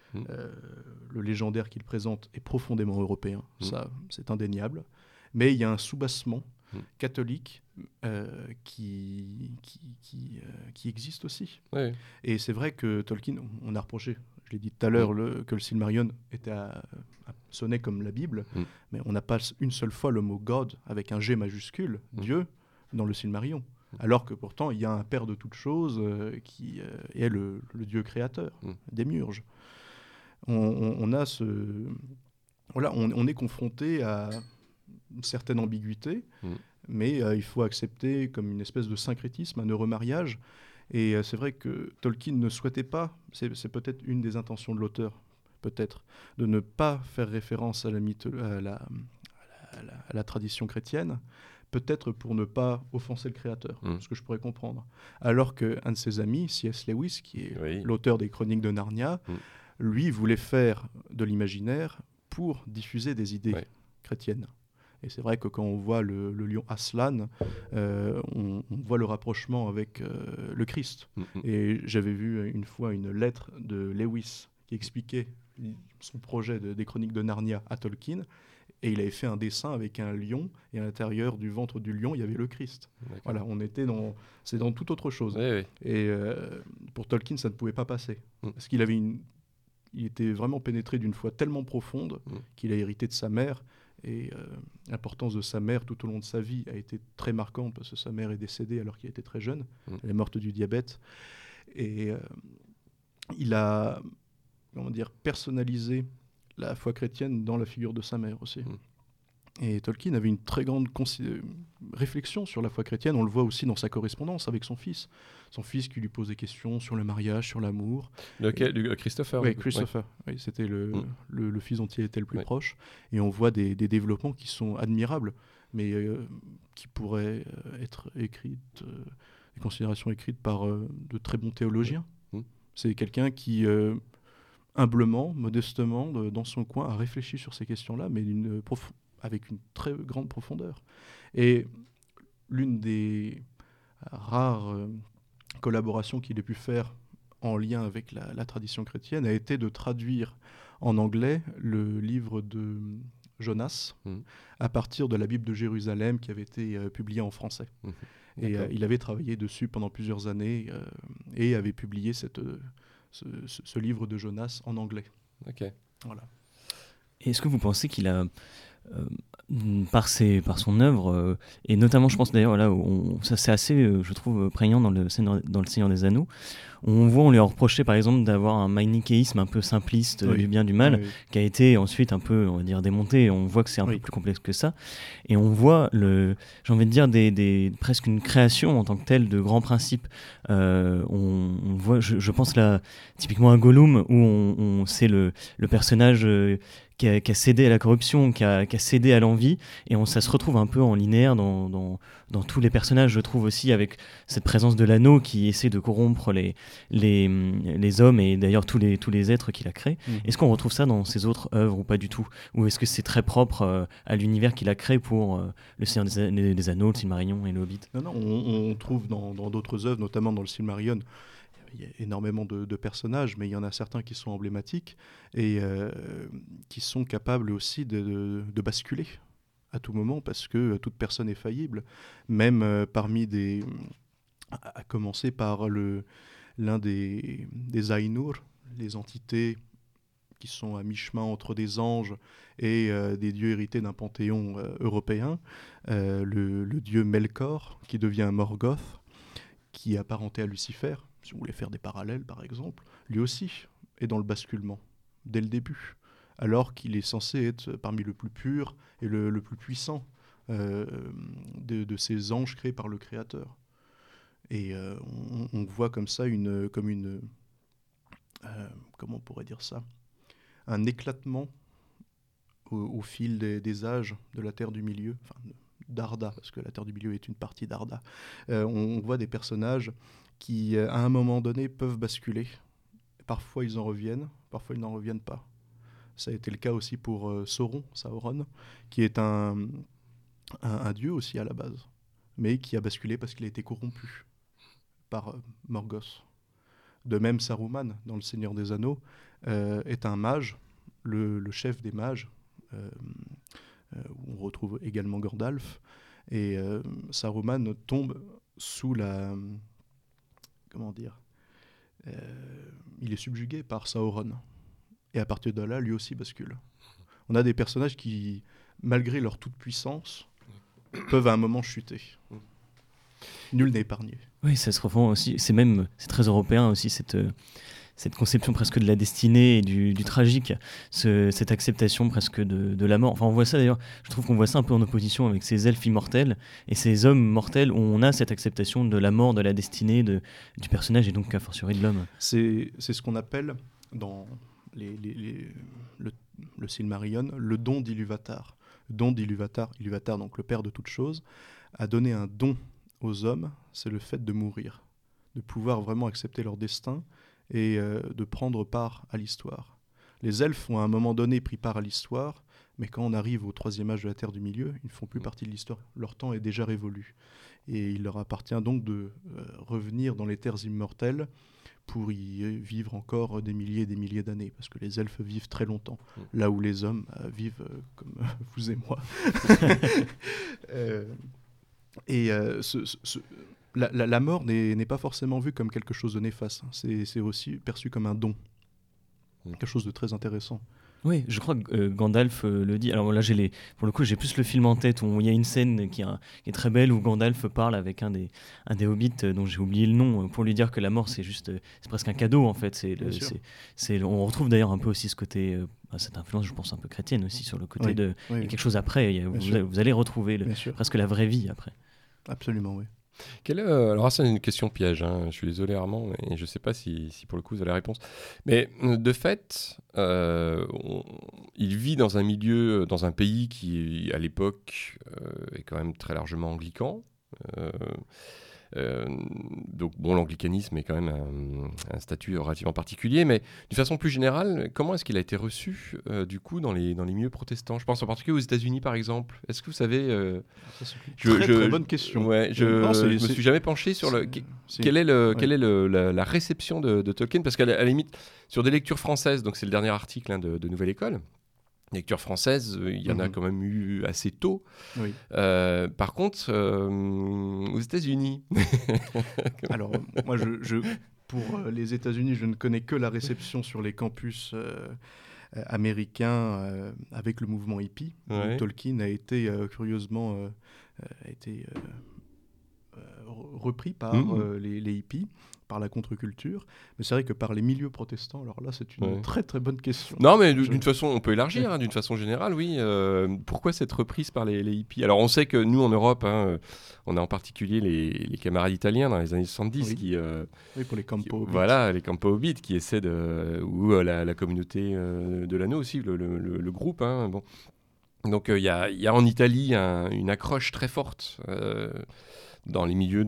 Le légendaire qu'il présente est profondément européen, ça c'est indéniable. Mais il y a un soubassement catholique qui existe aussi. Ouais. Et c'est vrai que Tolkien, on a reproché, je l'ai dit tout à l'heure, que le Silmarillion sonnait comme la Bible, mais on n'a pas une seule fois le mot God avec un G majuscule, Dieu, dans le Silmarillion. Alors que pourtant, il y a un père de toutes choses qui est le Dieu créateur, Démiurge. On a voilà, on est confronté à une certaine ambiguïté, mais il faut accepter comme une espèce de syncrétisme, un heureux mariage. Et c'est vrai que Tolkien ne souhaitait pas, c'est peut-être une des intentions de l'auteur, peut-être, de ne pas faire référence à la tradition chrétienne, peut-être pour ne pas offenser le créateur, ce que je pourrais comprendre. Alors qu'un de ses amis, C.S. Lewis, qui est l'auteur des Chroniques de Narnia, lui voulait faire de l'imaginaire pour diffuser des idées chrétiennes. Et c'est vrai que quand on voit le lion Aslan, on voit le rapprochement avec le Christ. Et j'avais vu une fois une lettre de Lewis qui expliquait son projet des Chroniques de Narnia à Tolkien. Et il avait fait un dessin avec un lion, et à l'intérieur du ventre du lion, il y avait le Christ. D'accord. Voilà, c'est dans toute autre chose. Oui. Et pour Tolkien, ça ne pouvait pas passer. Parce qu'il il était vraiment pénétré d'une foi tellement profonde qu'il a hérité de sa mère. Et l'importance de sa mère tout au long de sa vie a été très marquante, parce que sa mère est décédée alors qu'il était très jeune. Elle est morte du diabète. Et il a, personnalisé la foi chrétienne dans la figure de sa mère aussi. Et Tolkien avait une très grande réflexion sur la foi chrétienne. On le voit aussi dans sa correspondance avec son fils. Son fils qui lui pose des questions sur le mariage, sur l'amour. Christopher. Oui, Christopher. Oui, c'était le fils dont il était le plus proche. Et on voit des développements qui sont admirables, mais qui pourraient être écrites, des considérations écrites par de très bons théologiens. C'est quelqu'un qui... humblement, modestement, dans son coin, a réfléchi sur ces questions-là, mais avec une très grande profondeur. Et l'une des rares collaborations qu'il ait pu faire en lien avec la tradition chrétienne a été de traduire en anglais le livre de Jonas à partir de la Bible de Jérusalem qui avait été publiée en français. Et il avait travaillé dessus pendant plusieurs années et avait publié ce livre de Jonas en anglais. Voilà. Est-ce que vous pensez qu'il a, par son œuvre, et notamment je pense d'ailleurs là, ça c'est assez, je trouve, prégnant dans le Seigneur des Anneaux, on lui a reproché par exemple d'avoir un manichéisme un peu simpliste du bien du mal, qui a été ensuite un peu, on va dire, démonté. On voit que c'est un peu plus complexe que ça, et on voit j'ai envie de dire presque une création en tant que telle de grands principes. On voit, je pense là typiquement à Gollum, où c'est le personnage qui a cédé à la corruption, qui a cédé à l'envie, et ça se retrouve un peu en linéaire dans tous les personnages, je trouve aussi, avec cette présence de l'anneau qui essaie de corrompre les hommes et d'ailleurs tous les êtres qu'il a créés. Est-ce qu'on retrouve ça dans ses autres œuvres ou pas du tout? Ou est-ce que c'est très propre à l'univers qu'il a créé pour le Seigneur des Anneaux, le Silmarillion et le Hobbit? Non, on trouve dans d'autres œuvres, notamment dans le Silmarillion, il y a énormément de personnages, mais il y en a certains qui sont emblématiques et qui sont capables aussi de basculer à tout moment, parce que toute personne est faillible, même parmi à commencer par l'un des Ainur, les entités qui sont à mi-chemin entre des anges et des dieux hérités d'un panthéon européen, le dieu Melkor, qui devient Morgoth, qui est apparenté à Lucifer, si vous voulez faire des parallèles par exemple, lui aussi est dans le basculement, dès le début, alors qu'il est censé être parmi le plus pur et le plus puissant de ces anges créés par le Créateur. Et on voit comme ça comment on pourrait dire ça, un éclatement au fil des âges de la Terre du Milieu, enfin d'Arda, parce que la Terre du Milieu est une partie d'Arda. On voit des personnages qui, à un moment donné, peuvent basculer. Parfois, ils en reviennent, parfois, ils n'en reviennent pas. Ça a été le cas aussi pour Sauron, qui est un dieu aussi à la base, mais qui a basculé parce qu'il a été corrompu par Morgoth. De même, Saruman, dans Le Seigneur des Anneaux, est un mage, le chef des mages, où on retrouve également Gandalf. Et Saruman tombe sous la... Comment dire il est subjugué par Sauron. Et à partir de là, lui aussi bascule. On a des personnages qui, malgré leur toute-puissance, peuvent à un moment chuter. Nul n'est épargné. Oui, ça se refond aussi. C'est très européen aussi, cette conception presque de la destinée et du tragique, cette acceptation presque de la mort. Enfin, on voit ça d'ailleurs, je trouve qu'on voit ça un peu en opposition avec ces elfes immortels et ces hommes mortels où on a cette acceptation de la mort, de la destinée, du personnage et donc a fortiori de l'homme. C'est ce qu'on appelle dans le Silmarillion le don d'Ilúvatar. Don d'Ilúvatar, Ilúvatar, donc le père de toutes choses, a donné un don aux hommes, c'est le fait de mourir, de pouvoir vraiment accepter leur destin et de prendre part à l'histoire. Les elfes ont à un moment donné pris part à l'histoire, mais quand on arrive au troisième âge de la Terre du Milieu, ils ne font plus partie de l'histoire. Leur temps est déjà révolu. Et il leur appartient donc de revenir dans les terres immortelles pour y vivre encore des milliers et des milliers d'années, parce que les elfes vivent très longtemps, là où les hommes vivent comme vous et moi. La mort n'est pas forcément vue comme quelque chose de néfaste, c'est aussi perçu comme un don, quelque chose de très intéressant. Oui, je crois que Gandalf le dit. Alors là, pour le coup, j'ai plus le film en tête où il y a une scène qui est très belle où Gandalf parle avec un des hobbits dont j'ai oublié le nom pour lui dire que la mort c'est presque un cadeau en fait. On retrouve d'ailleurs un peu aussi ce côté, cette influence, je pense un peu chrétienne aussi sur le côté il y a quelque chose après. Vous allez retrouver presque la vraie vie après. Absolument, oui. Alors c'est une question piège, hein. Je suis désolé Armand, et je ne sais pas si pour le coup vous avez la réponse. Mais de fait, il vit dans un milieu, dans un pays qui à l'époque est quand même très largement anglican. Donc bon, l'anglicanisme est quand même un statut relativement particulier, mais d'une façon plus générale, comment est-ce qu'il a été reçu du coup dans les milieux protestants ? Je pense en particulier aux États-Unis par exemple. Est-ce que vous savez très bonne question. Ouais, je me suis jamais penché sur quelle est la réception de Tolkien, parce qu'à la limite sur des lectures françaises, donc c'est le dernier article de Nouvelle École. Lecture française, il y en a quand même eu assez tôt. Oui. Par contre, aux États-Unis. Alors, moi, pour les États-Unis, je ne connais que la réception sur les campus américains avec le mouvement hippie. Ouais. Tolkien a été curieusement repris par les hippies, par la contre-culture, mais c'est vrai que par les milieux protestants, alors là c'est une très très bonne question. Non, mais d'une façon, on peut élargir, d'une façon générale, oui. Pourquoi cette reprise par les hippies ? Alors on sait que nous en Europe, on a en particulier les camarades italiens dans les années 70 qui... oui, pour les Campo Hobbit. Voilà, les Campo Hobbit qui essaient ou la communauté de l'anneau aussi, le groupe. Bon. Donc il y a en Italie une accroche très forte dans les milieux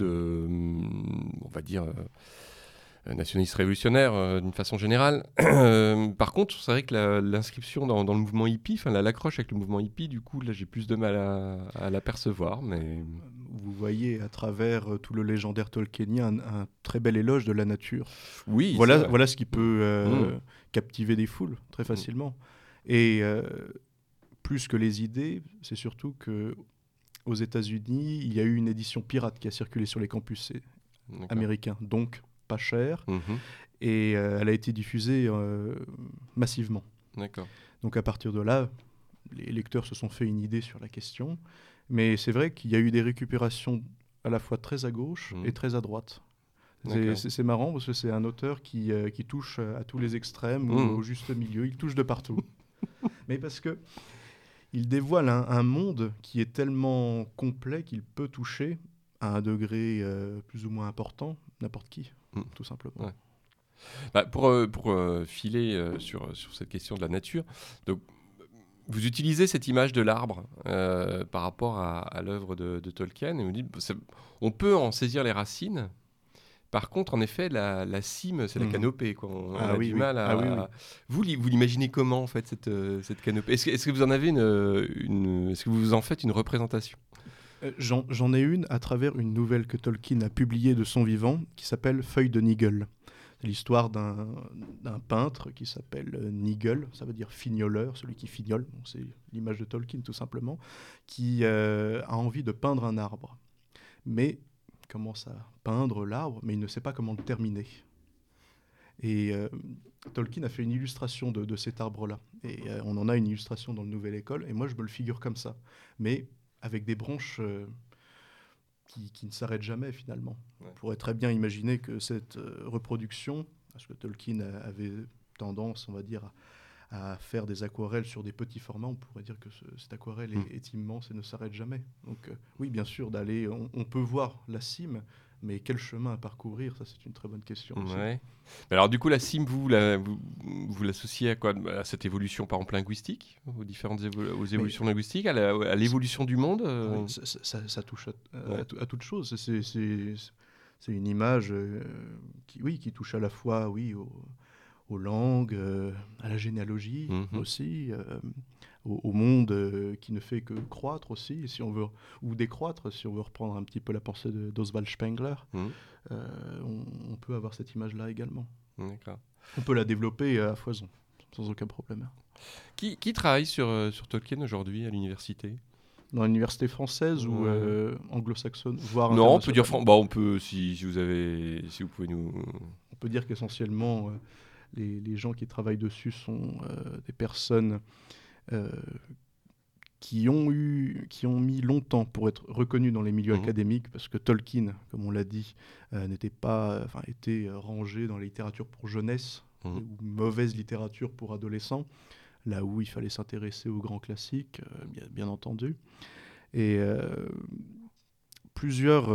on va dire, nationalistes révolutionnaires d'une façon générale. Par contre, c'est vrai que l'inscription dans le mouvement hippie, l'accroche avec le mouvement hippie, du coup, là, j'ai plus de mal à l'apercevoir. Mais... Vous voyez à travers tout le légendaire tolkienien un très bel éloge de la nature. Oui, voilà ce qui peut captiver des foules très facilement. Et plus que les idées, c'est surtout que aux États-Unis, il y a eu une édition pirate qui a circulé sur les campus américains, donc pas chère, et elle a été diffusée massivement. D'accord. Donc à partir de là, les lecteurs se sont fait une idée sur la question, mais c'est vrai qu'il y a eu des récupérations à la fois très à gauche et très à droite. C'est marrant parce que c'est un auteur qui touche à tous les extrêmes ou au juste milieu, il touche de partout. Mais parce que il dévoile un monde qui est tellement complet qu'il peut toucher à un degré plus ou moins important n'importe qui, tout simplement. Ouais. Bah, pour filer sur cette question de la nature, donc, vous utilisez cette image de l'arbre par rapport à l'œuvre de Tolkien et vous dites on peut en saisir les racines. Par contre, en effet, la cime, c'est la canopée, quoi. On a du mal à... oui. Vous l'imaginez comment, en fait, cette canopée ? Est-ce que vous en avez est-ce que vous en faites une représentation ? J'en ai une à travers une nouvelle que Tolkien a publiée de son vivant, qui s'appelle Feuilles de Nigel. C'est l'histoire d'un peintre qui s'appelle Nigel, ça veut dire fignoleur, celui qui fignole, donc c'est l'image de Tolkien tout simplement, qui a envie de peindre un arbre. Mais il commence à peindre l'arbre, mais il ne sait pas comment le terminer. Et Tolkien a fait une illustration de cet arbre-là. Et on en a une illustration dans le Nouvelle École, et moi je me le figure comme ça. Mais avec des branches qui ne s'arrêtent jamais finalement. Ouais. On pourrait très bien imaginer que cette reproduction, parce que Tolkien avait tendance, on va dire, à faire des aquarelles sur des petits formats, on pourrait dire que cette aquarelle est immense et ne s'arrête jamais. Donc oui, bien sûr, on peut voir la cime, mais quel chemin à parcourir, ça c'est une très bonne question. Ouais. Alors du coup, la cime, vous l'associez à quoi? À cette évolution, par exemple, linguistique, aux différentes évolutions linguistiques, à l'évolution du monde oui, ça touche à toute chose. C'est une image qui touche à la fois aux langues, à la généalogie aussi, au monde qui ne fait que croître aussi, si on veut, ou décroître, si on veut reprendre un petit peu la pensée d'Oswald Spengler. On peut avoir cette image-là également. D'accord. On peut la développer à foison, sans aucun problème. Qui travaille sur Tolkien aujourd'hui à l'université? Dans l'université française ou anglo-saxonne, voire non, on peut dire on peut si vous pouvez nous. On peut dire qu'essentiellement les gens qui travaillent dessus sont des personnes qui ont mis longtemps pour être reconnus dans les milieux académiques, parce que Tolkien, comme on l'a dit, était rangé dans la littérature pour jeunesse, ou mauvaise littérature pour adolescents, là où il fallait s'intéresser aux grands classiques, bien entendu. Et plusieurs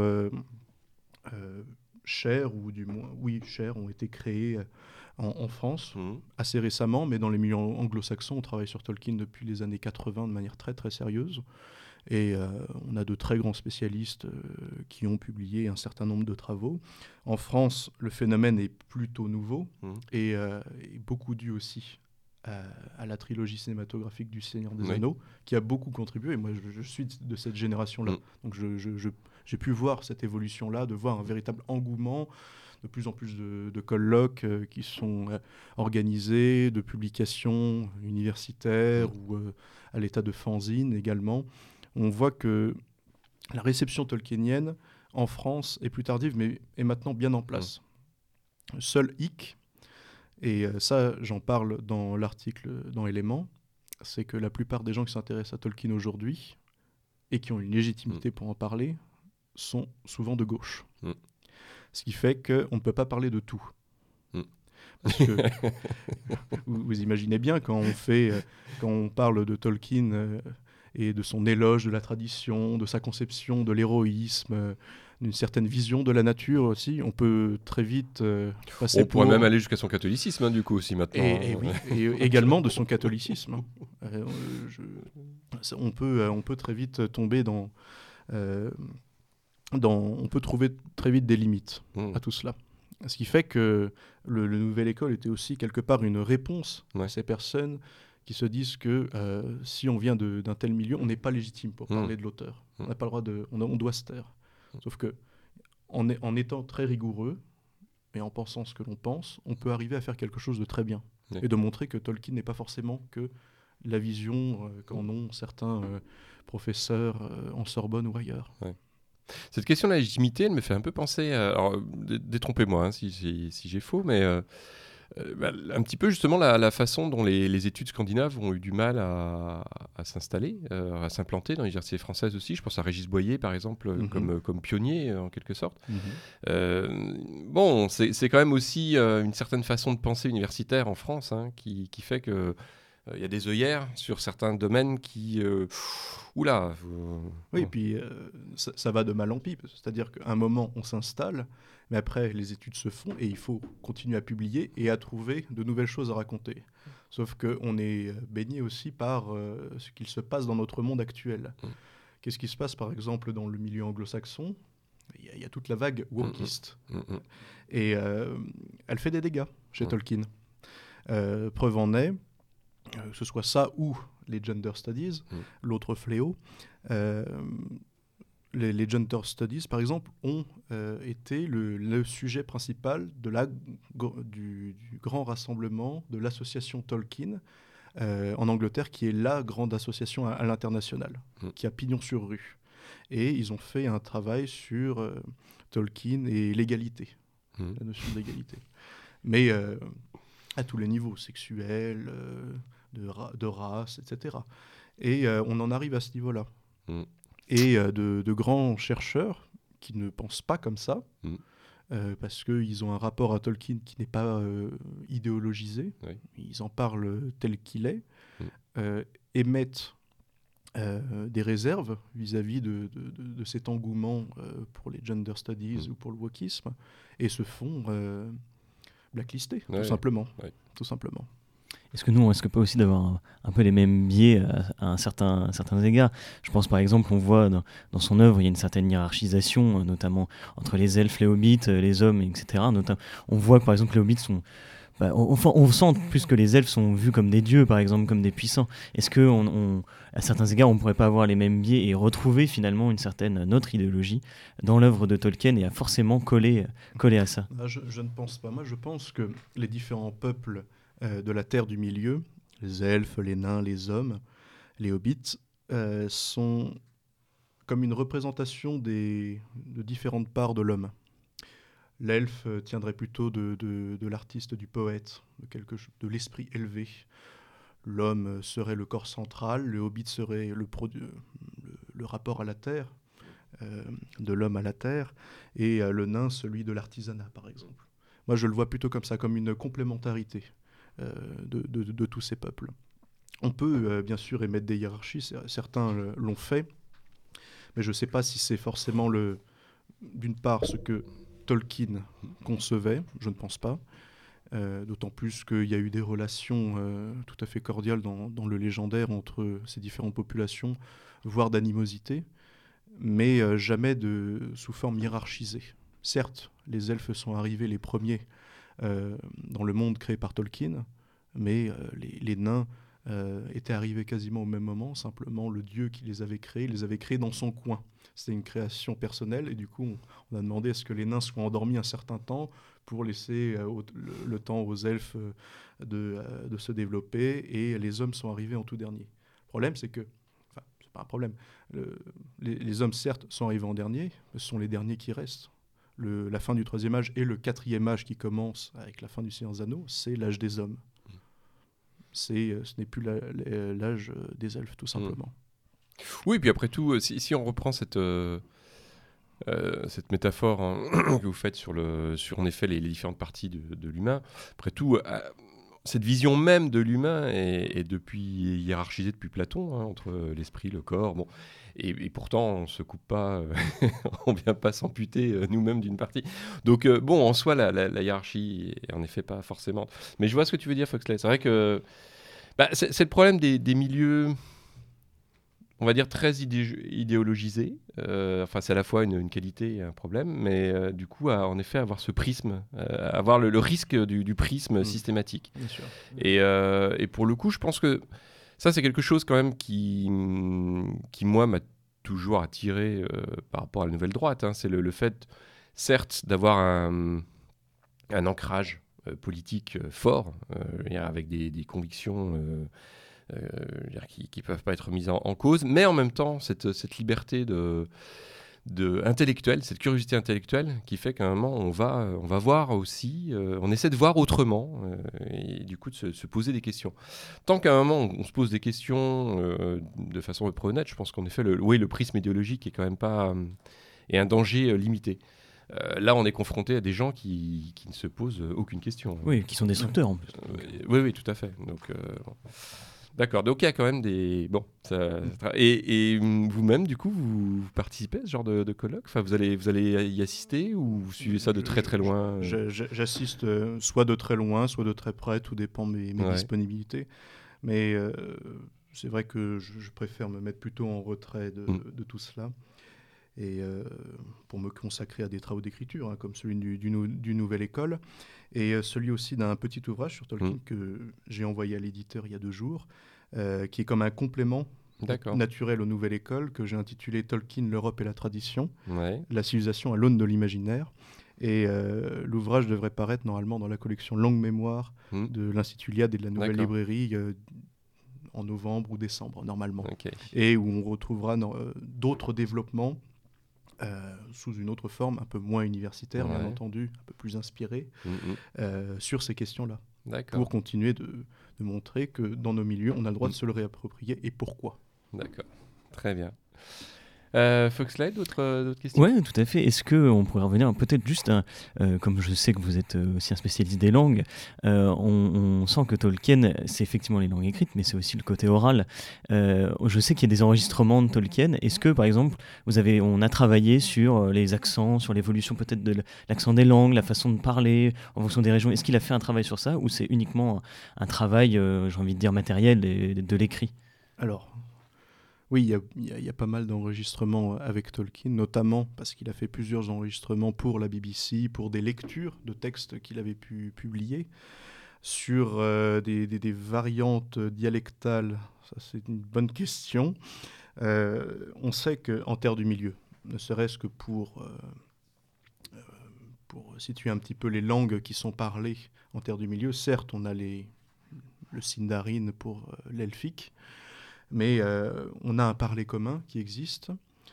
chaires, ou du moins, chaires ont été créées en France, assez récemment, mais dans les milieux anglo-saxons, on travaille sur Tolkien depuis les années 80 de manière très très sérieuse. Et on a de très grands spécialistes qui ont publié un certain nombre de travaux. En France, le phénomène est plutôt nouveau et beaucoup dû aussi à la trilogie cinématographique du Seigneur des Anneaux, qui a beaucoup contribué. Et moi, je suis de cette génération-là. Donc j'ai pu voir cette évolution-là, de voir un véritable engouement, de plus en plus de colloques qui sont organisés, de publications universitaires ou à l'état de fanzine également. On voit que la réception tolkienienne en France est plus tardive, mais est maintenant bien en place. Seul hic, et ça j'en parle dans l'article dans Éléments, c'est que la plupart des gens qui s'intéressent à Tolkien aujourd'hui, et qui ont une légitimité pour en parler, sont souvent de gauche. Ce qui fait qu'on ne peut pas parler de tout. Parce que vous imaginez bien, quand on parle de Tolkien et de son éloge de la tradition, de sa conception de l'héroïsme, d'une certaine vision de la nature aussi, on peut très vite passer on pourrait même aller jusqu'à son catholicisme, du coup, aussi, maintenant. Et également de son catholicisme. On peut très vite tomber on peut trouver très vite des limites à tout cela. Ce qui fait que le Nouvelle École était aussi quelque part une réponse à ces personnes qui se disent que si on vient d'un tel milieu, on n'est pas légitime pour parler de l'auteur. On n'a pas le droit on doit se taire. Sauf que en étant très rigoureux et en pensant ce que l'on pense, on peut arriver à faire quelque chose de très bien et de montrer que Tolkien n'est pas forcément que la vision qu'en ont certains professeurs en Sorbonne ou ailleurs. Cette question de la légitimité, elle me fait un peu penser, alors détrompez-moi si j'ai faux, mais un petit peu justement la façon dont les études scandinaves ont eu du mal à s'installer, à s'implanter dans les universités françaises aussi. Je pense à Régis Boyer, par exemple, comme pionnier, en quelque sorte. Bon, c'est quand même aussi une certaine façon de penser universitaire en France, qui fait que il y a des œillères sur certains domaines qui... oula Oui, et puis ça va de mal en pis. C'est-à-dire qu'à un moment, on s'installe, mais après, les études se font et il faut continuer à publier et à trouver de nouvelles choses à raconter. Sauf qu'on est baigné aussi par ce qu'il se passe dans notre monde actuel. Qu'est-ce qui se passe, par exemple, dans le milieu anglo-saxon ? Il y a toute la vague wokiste. Et elle fait des dégâts chez Tolkien. Preuve en est... que ce soit ça ou les gender studies, l'autre fléau, les gender studies, par exemple, ont été le sujet principal du grand rassemblement de l'association Tolkien en Angleterre, qui est la grande association à l'international, qui a pignon sur rue. Et ils ont fait un travail sur Tolkien et l'égalité, la notion d'égalité. Mais à tous les niveaux, sexuel, de race, etc. Et on en arrive à ce niveau-là. Et de grands chercheurs qui ne pensent pas comme ça, parce qu'ils ont un rapport à Tolkien qui n'est pas idéologisé, ils en parlent tel qu'il est, émettent des réserves vis-à-vis de cet engouement pour les gender studies ou pour le wokisme, et se font blacklister, tout simplement. Est-ce que nous, on risque pas aussi d'avoir un peu les mêmes biais à certains égards? Je pense par exemple, on voit dans son œuvre, il y a une certaine hiérarchisation, notamment entre les elfes, les hobbits, les hommes, etc. On voit que par exemple les hobbits sont... on sent plus que les elfes sont vus comme des dieux, par exemple, comme des puissants. Est-ce que, à certains égards, on ne pourrait pas avoir les mêmes biais et retrouver finalement une certaine autre idéologie dans l'œuvre de Tolkien et à forcément coller à ça? Je ne pense pas. Moi, je pense que les différents peuples de la Terre du Milieu, les elfes, les nains, les hommes, les hobbits, sont comme une représentation de différentes parts de l'homme. L'elfe tiendrait plutôt de l'artiste, du poète, de l'esprit élevé. L'homme serait le corps central, le hobbit serait le rapport à la terre, de l'homme à la terre, et le nain celui de l'artisanat, par exemple. Moi, je le vois plutôt comme ça, comme une complémentarité de tous ces peuples. On peut bien sûr émettre des hiérarchies, certains l'ont fait, mais je ne sais pas si c'est forcément d'une part ce que Tolkien concevait, je ne pense pas, d'autant plus qu'il y a eu des relations tout à fait cordiales dans le légendaire entre ces différentes populations, voire d'animosité, mais jamais sous forme hiérarchisée. Certes, les elfes sont arrivés les premiers dans le monde créé par Tolkien, mais les nains étaient arrivés quasiment au même moment, simplement le dieu qui les avait créés dans son coin. C'était une création personnelle, et du coup on a demandé à ce que les nains soient endormis un certain temps pour laisser le temps aux elfes de se développer, et les hommes sont arrivés en tout dernier. Le problème, c'est que, enfin, c'est pas un problème, les hommes certes sont arrivés en dernier, mais ce sont les derniers qui restent. La fin du troisième âge et le quatrième âge qui commence avec la fin du Seigneur des Anneaux, c'est l'âge des hommes. Ce n'est plus l'âge des elfes, tout simplement. Oui, puis après tout, si on reprend cette métaphore que vous faites sur en effet les différentes parties de l'humain, après tout, cette vision même de l'humain est hiérarchisée depuis Platon, entre l'esprit, le corps, bon, et pourtant on ne se coupe pas, on ne vient pas s'amputer nous-mêmes d'une partie. Donc bon, en soi, la hiérarchie est en effet pas forcément... Mais je vois ce que tu veux dire, Foxley. C'est vrai que c'est le problème des milieux, on va dire, très idéologisés. Enfin, c'est à la fois une qualité et un problème, mais du coup, en effet, avoir ce prisme, avoir le risque du prisme systématique. Bien sûr. Et pour le coup, je pense que ça, c'est quelque chose quand même qui moi, m'a toujours attiré par rapport à la nouvelle droite. C'est le fait, certes, d'avoir un ancrage politique fort, avec des convictions qui ne peuvent pas être mises en cause, mais en même temps, cette liberté intellectuelle, cette curiosité intellectuelle qui fait qu'à un moment, on va voir aussi, on essaie de voir autrement, et du coup de se poser des questions. Tant qu'à un moment, on se pose des questions de façon peu honnête, je pense qu'en effet, le prisme idéologique est quand même pas... est un danger limité. Là, on est confronté à des gens qui ne se posent aucune question. Oui, qui sont destructeurs en plus. Oui, tout à fait. Donc, bon. D'accord, donc il y a quand même des... Bon, et vous-même, du coup, vous participez à ce genre de colloque? Enfin, vous allez y assister, ou vous suivez ça de très très loin? J'assiste soit de très loin, soit de très près, tout dépend de mes disponibilités. Mais c'est vrai que je préfère me mettre plutôt en retrait de tout cela. Et pour me consacrer à des travaux d'écriture, comme celui du Nouvelle École, et celui aussi d'un petit ouvrage sur Tolkien que j'ai envoyé à l'éditeur il y a 2 jours, qui est comme un complément D'accord. naturel aux nouvelles écoles, que j'ai intitulé Tolkien, l'Europe et la tradition, Ouais. la civilisation à l'aune de l'imaginaire. Et l'ouvrage devrait paraître normalement dans la collection Longue Mémoire Hmm. de l'Institut Liad et de la Nouvelle D'accord. Librairie en novembre ou décembre normalement. Ok. Et où on retrouvera d'autres développements sous une autre forme, un peu moins universitaire bien Ouais. entendu, un peu plus inspiré, Mhm. sur ces questions-là, D'accord. pour continuer de montrer que dans nos milieux, on a le droit de se le réapproprier et pourquoi. D'accord. Très bien. Foxlight, d'autres questions? Ouais, tout à fait. Est-ce qu'on pourrait revenir peut-être juste, comme je sais que vous êtes aussi un spécialiste des langues, on sent que Tolkien, c'est effectivement les langues écrites, mais c'est aussi le côté oral. Je sais qu'il y a des enregistrements de Tolkien. Est-ce que, par exemple, on a travaillé sur les accents, sur l'évolution peut-être de l'accent des langues, la façon de parler en fonction des régions? Est-ce qu'il a fait un travail sur ça, ou c'est uniquement un travail, j'ai envie de dire, matériel de l'écrit? Alors, oui, il y a pas mal d'enregistrements avec Tolkien, notamment parce qu'il a fait plusieurs enregistrements pour la BBC, pour des lectures de textes qu'il avait pu publier, sur des variantes dialectales. Ça, c'est une bonne question. On sait qu'en Terre du Milieu, ne serait-ce que pour situer un petit peu les langues qui sont parlées en Terre du Milieu, certes, on a le Sindarin pour l'elfique, mais on a un parler commun qui existe,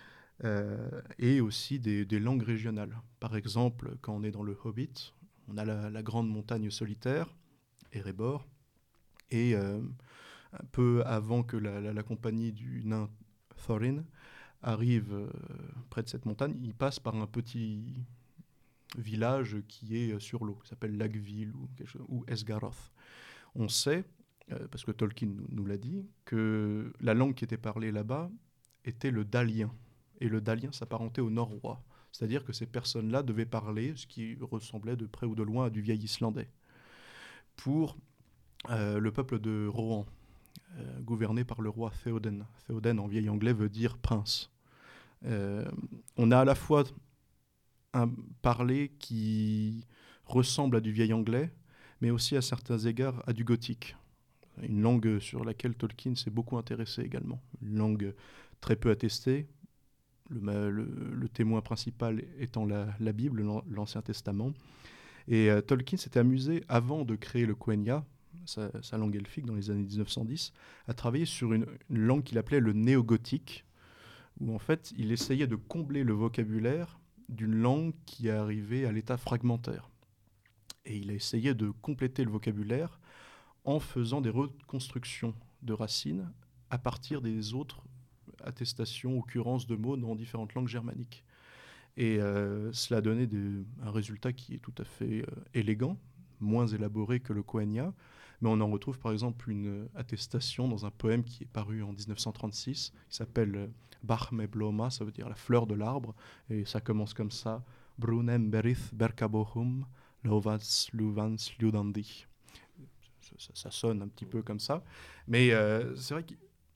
et aussi des langues régionales. Par exemple, quand on est dans le Hobbit, on a la grande montagne solitaire, Erebor, et un peu avant que la compagnie du nain Thorin arrive près de cette montagne, il passe par un petit village qui est sur l'eau, qui s'appelle Lagville ou Esgaroth. On sait, parce que Tolkien nous l'a dit, que la langue qui était parlée là-bas était le dalien. Et le dalien s'apparentait au norrois. C'est-à-dire que ces personnes-là devaient parler ce qui ressemblait de près ou de loin à du vieil islandais. Pour le peuple de Rohan, gouverné par le roi Théoden. Théoden en vieil anglais veut dire prince. On a à la fois un parler qui ressemble à du vieil anglais, mais aussi à certains égards à du gothique. Une langue sur laquelle Tolkien s'est beaucoup intéressé également. Une langue très peu attestée, le témoin principal étant la Bible, l'Ancien Testament. Et Tolkien s'était amusé, avant de créer le Quenya, sa langue elfique dans les années 1910, à travailler sur une langue qu'il appelait le néo-gothique, où en fait il essayait de combler le vocabulaire d'une langue qui est arrivée à l'état fragmentaire. Et il a essayé de compléter le vocabulaire en faisant des reconstructions de racines à partir des autres attestations, occurrences de mots dans différentes langues germaniques. Et cela a donné un résultat qui est tout à fait élégant, moins élaboré que le Quenya, mais on en retrouve par exemple une attestation dans un poème qui est paru en 1936, qui s'appelle Bach me Bloma, ça veut dire la fleur de l'arbre, et ça commence comme ça, Brunem berith berkabohum, lovans luvans liudandi. Ça sonne un petit peu comme ça, mais c'est vrai que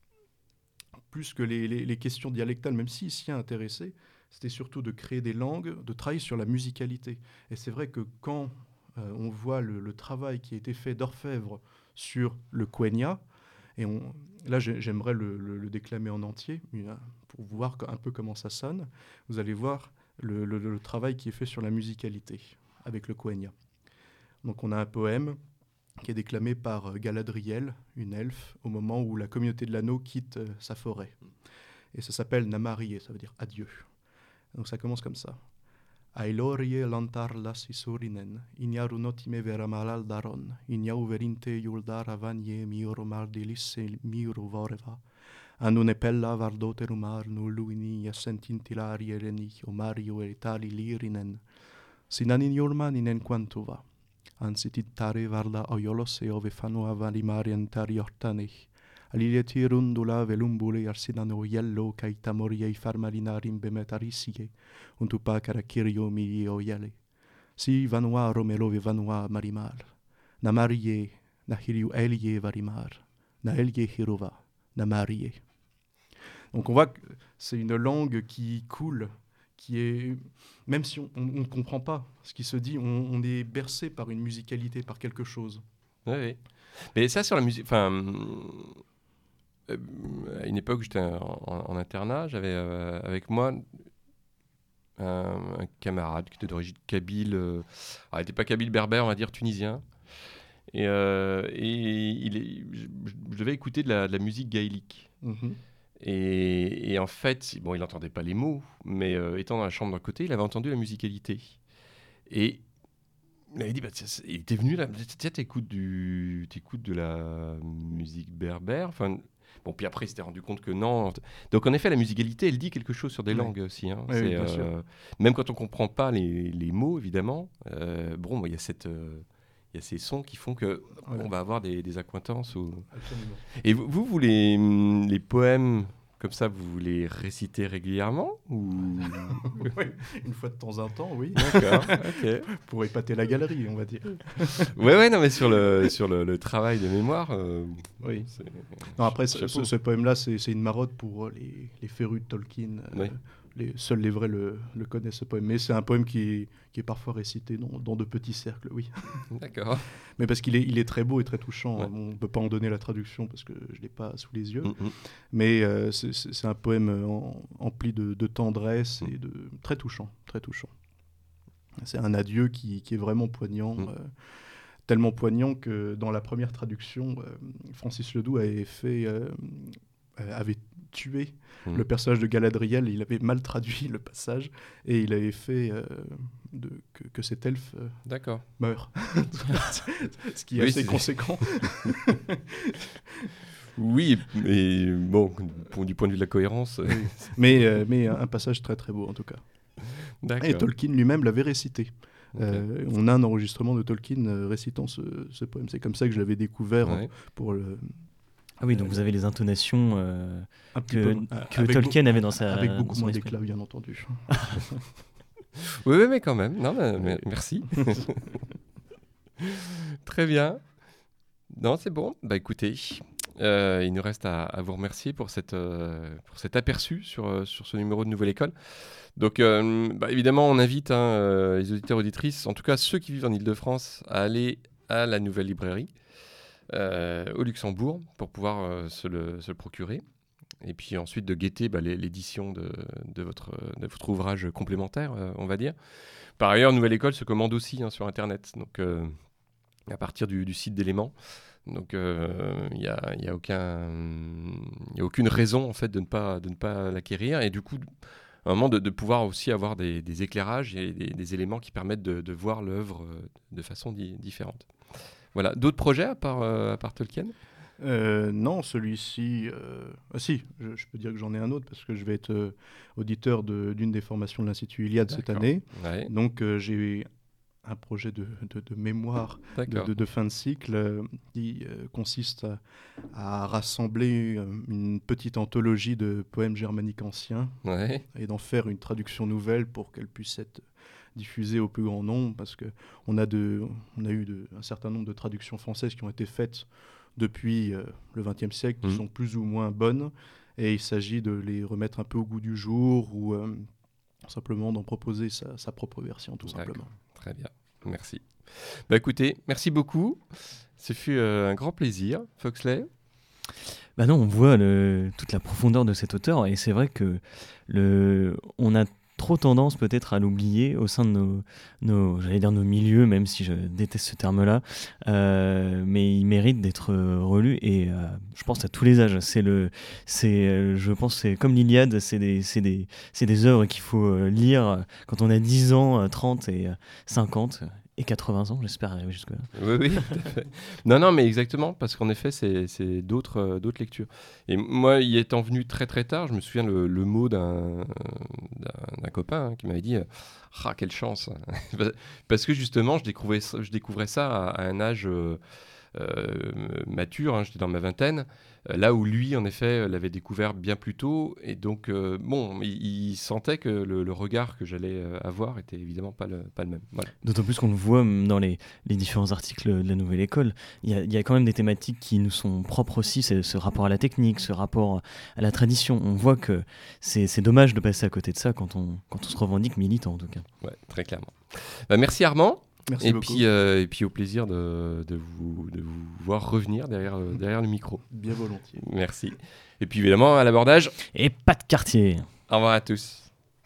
plus que les questions dialectales, même s'il s'y est intéressé, c'était surtout de créer des langues, de travailler sur la musicalité. Et c'est vrai que quand on voit le travail qui a été fait d'orfèvre sur le Quenya, et là j'aimerais le déclamer en entier, pour voir un peu comment ça sonne, vous allez voir le travail qui est fait sur la musicalité avec le Quenya. Donc on a un poème qui est déclamé par Galadriel, une elfe, au moment où la communauté de l'anneau quitte sa forêt. Et ça s'appelle Namarie, ça veut dire adieu. Donc ça commence comme ça. Ailorie lantar las isurinen, ignarunotime veramalal daron, ignauverinte yuldar avanie miuro mardilisse miuro voreva, anune pella vardoterumar nulluini jasentintilari ereni o mario eritali lirinen, sinanin jurman inen quantuva, ansitittare varda oiolos e ove fano avalimarien tariortane, alilieti rundula velumbule arsinano yello caitamorie farmalinarim bemetarisie, untupa caracirio mi oiele. Si vanua romelove vanua marimar, na marie, na hiriu elie varimar, na elie hirova, na marie. Donc on voit que c'est une langue qui coule, qui est, même si on ne comprend pas ce qui se dit, on est bercé par une musicalité, par quelque chose. Oui, oui. Mais ça, sur la musique, enfin, à une époque où j'étais en internat, j'avais avec moi un camarade qui était d'origine kabyle. Il n'était pas kabyle berbère, on va dire tunisien. Et je devais écouter de la musique gaélique. Mhm. Et en fait, bon, il n'entendait pas les mots, mais étant dans la chambre d'à côté, il avait entendu la musicalité. Et il avait dit, il était venu là, tiens, t'écoutes de la musique berbère. Enfin, bon, puis après, il s'était rendu compte que non. Donc, en effet, la musicalité, elle dit quelque chose sur des langues aussi. Hein. Oui, bien sûr. Même quand on ne comprend pas les mots, évidemment, bon, il y a ces sons qui font que on va avoir des accointances. Absolument. Et vous les poèmes comme ça, vous les récitez régulièrement ou... Oui, une fois de temps en temps, oui. D'accord, ok. Pour épater la galerie, on va dire. Ouais, non, mais sur le travail de mémoire... oui. Non, après, ce poème-là, c'est une marode pour les férus de Tolkien. Oui. Seuls les vrais le connaissent, ce poème. Mais c'est un poème qui est parfois récité dans de petits cercles, oui. D'accord. Mais parce qu'il est très beau et très touchant. Ouais. On ne peut pas en donner la traduction parce que je ne l'ai pas sous les yeux. Mm-hmm. Mais c'est un poème empli de tendresse et de très touchant, très touchant. C'est un adieu qui est vraiment poignant. Tellement poignant que dans la première traduction, Francis Ledoux avait tué le personnage de Galadriel. Il avait mal traduit le passage et il avait fait que cet elfe meure. Ce qui est assez conséquent. Oui, mais bon, du point de vue de la cohérence... mais un passage très très beau en tout cas. D'accord. Et Tolkien lui-même l'avait récité. Okay. On a un enregistrement de Tolkien récitant ce poème. C'est comme ça que je l'avais découvert pour le... Ah oui, donc vous avez les intonations que Tolkien avait dans sa... Avec beaucoup moins d'éclat, bien entendu. Oui, mais quand même. Non, mais merci. Très bien. Non, c'est bon. Bah écoutez, il nous reste à vous remercier pour cet aperçu sur ce numéro de Nouvelle École. Donc, évidemment, on invite les auditeurs auditrices, en tout cas ceux qui vivent en Ile-de-France, à aller à la Nouvelle Librairie au Luxembourg pour pouvoir se le procurer. Et puis ensuite de guetter l'édition de votre ouvrage complémentaire, on va dire. Par ailleurs, Nouvelle École se commande aussi sur Internet, donc à partir du site d'Éléments. Donc il y a aucune raison en fait de ne pas l'acquérir, et du coup à un moment de pouvoir aussi avoir des éclairages et des éléments qui permettent de voir l'œuvre de façon différente. Voilà, d'autres projets à part Tolkien ? Non, celui-ci... si, je peux dire que j'en ai un autre parce que je vais être auditeur d'une des formations de l'Institut Iliade cette année. Ouais. Donc j'ai un projet de mémoire de fin de cycle qui consiste à rassembler une petite anthologie de poèmes germaniques anciens et d'en faire une traduction nouvelle pour qu'elle puisse être diffusée au plus grand nombre, parce qu'on a eu un certain nombre de traductions françaises qui ont été faites depuis le XXe siècle, qui sont plus ou moins bonnes, et il s'agit de les remettre un peu au goût du jour ou simplement d'en proposer sa propre version, tout simplement. Très bien, merci. Bah écoutez, merci beaucoup. Ce fut un grand plaisir, Foxley. Bah non, on voit toute la profondeur de cet auteur, et c'est vrai que on a trop tendance peut-être à l'oublier au sein de nos milieux, même si je déteste ce terme-là, mais il mérite d'être relu, et je pense à tous les âges. Je pense que c'est comme l'Iliade, c'est des œuvres qu'il faut lire quand on a 10 ans, 30 et 50 et 80 ans, j'espère arriver jusque-là. Oui, tout à fait. Non, mais exactement, parce qu'en effet, c'est d'autres lectures. Et moi, y étant venu très très tard, je me souviens le mot d'un copain qui m'avait dit « Ah, quelle chance !» Parce que justement, je découvrais ça à un âge mature, j'étais dans ma vingtaine, là où lui, en effet, l'avait découvert bien plus tôt. Et donc, il sentait que le regard que j'allais avoir était évidemment pas le même. Voilà. D'autant plus qu'on le voit dans les différents articles de la Nouvelle École. Il y a quand même des thématiques qui nous sont propres aussi, c'est ce rapport à la technique, ce rapport à la tradition. On voit que c'est dommage de passer à côté de ça quand on se revendique militant, en tout cas. Ouais, très clairement. Merci Armand. Merci beaucoup. Et puis au plaisir de vous voir revenir derrière le micro. Bien volontiers. Merci. Et puis évidemment, à l'abordage. Et pas de quartier. Au revoir à tous.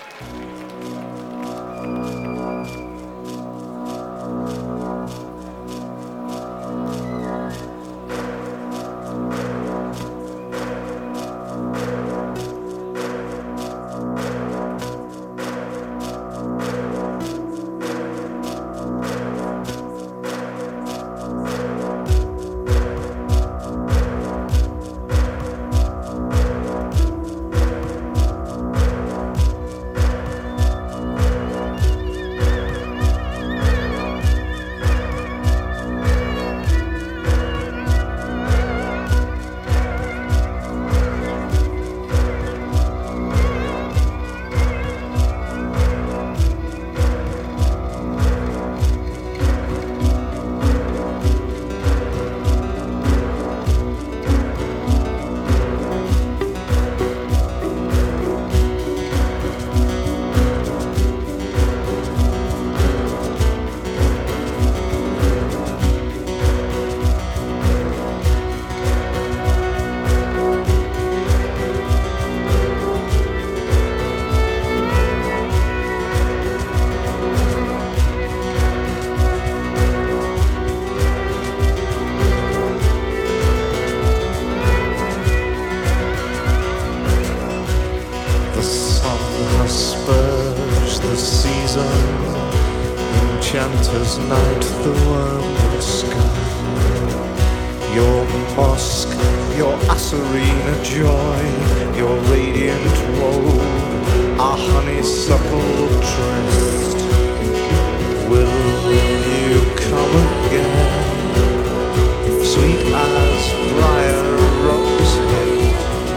enchanter's night, the wormwood sky. Your mosque, your Asarina joy, your radiant robe, our honeysuckle dressed. Will you come again, sweet as briar rosehead?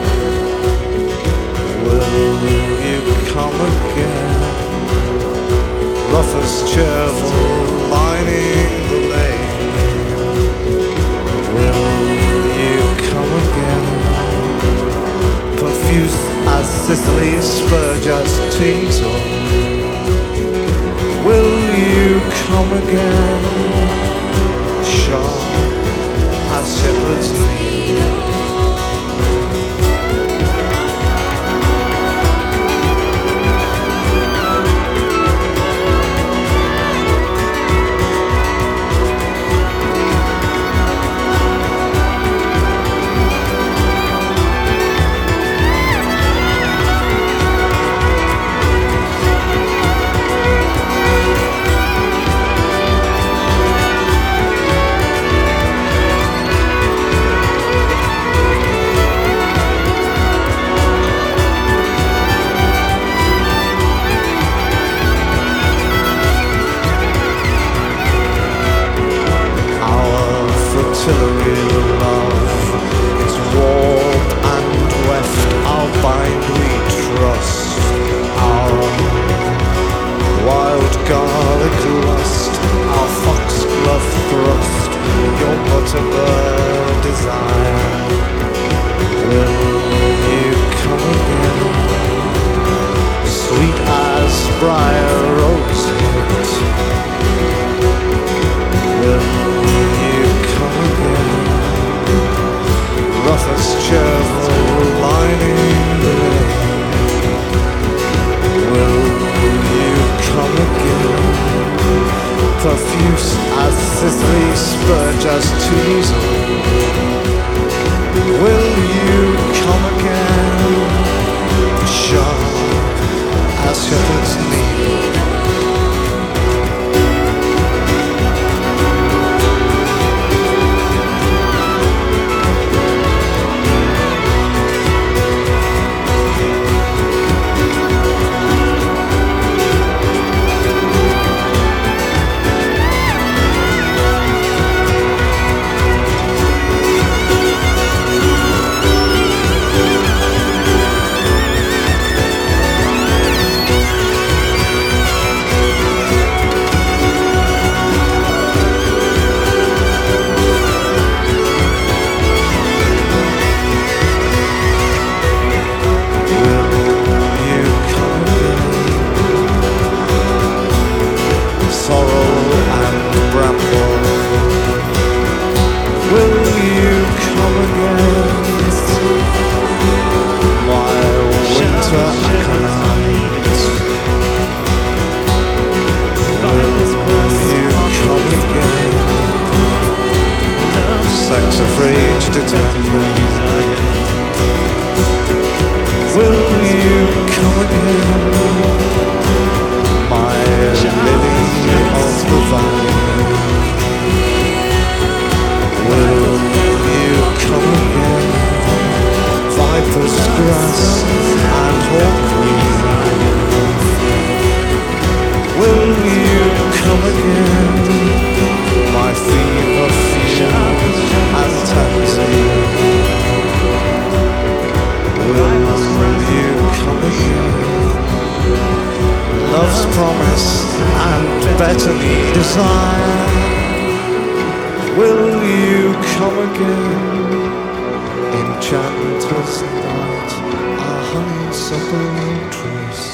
Will you come again, rough as chervil lining the lane? Will you come again, profuse as Sicily's Spurgeon's teasel? Will you come again, sharp as shepherd's needle? Artillery love is warped and weft, our bind we trust, our wild garlic lust, our foxglove thrust, your butterbird desire. Will you come again, sweet as briar roses? Will rough as chervil lining the lane? Will you come again, profuse as Sicily's Spurgeon's teasel? Will you come again, sharp as shepherd's needle? to tender. Will you come again, my lily of the valley? Will you come again, viper's grass and hawkweed? Will you come again, my fever field and taxi? Will you come again, love's promise and better desire? Will you come again, enchantress night, a honeysuckle trace?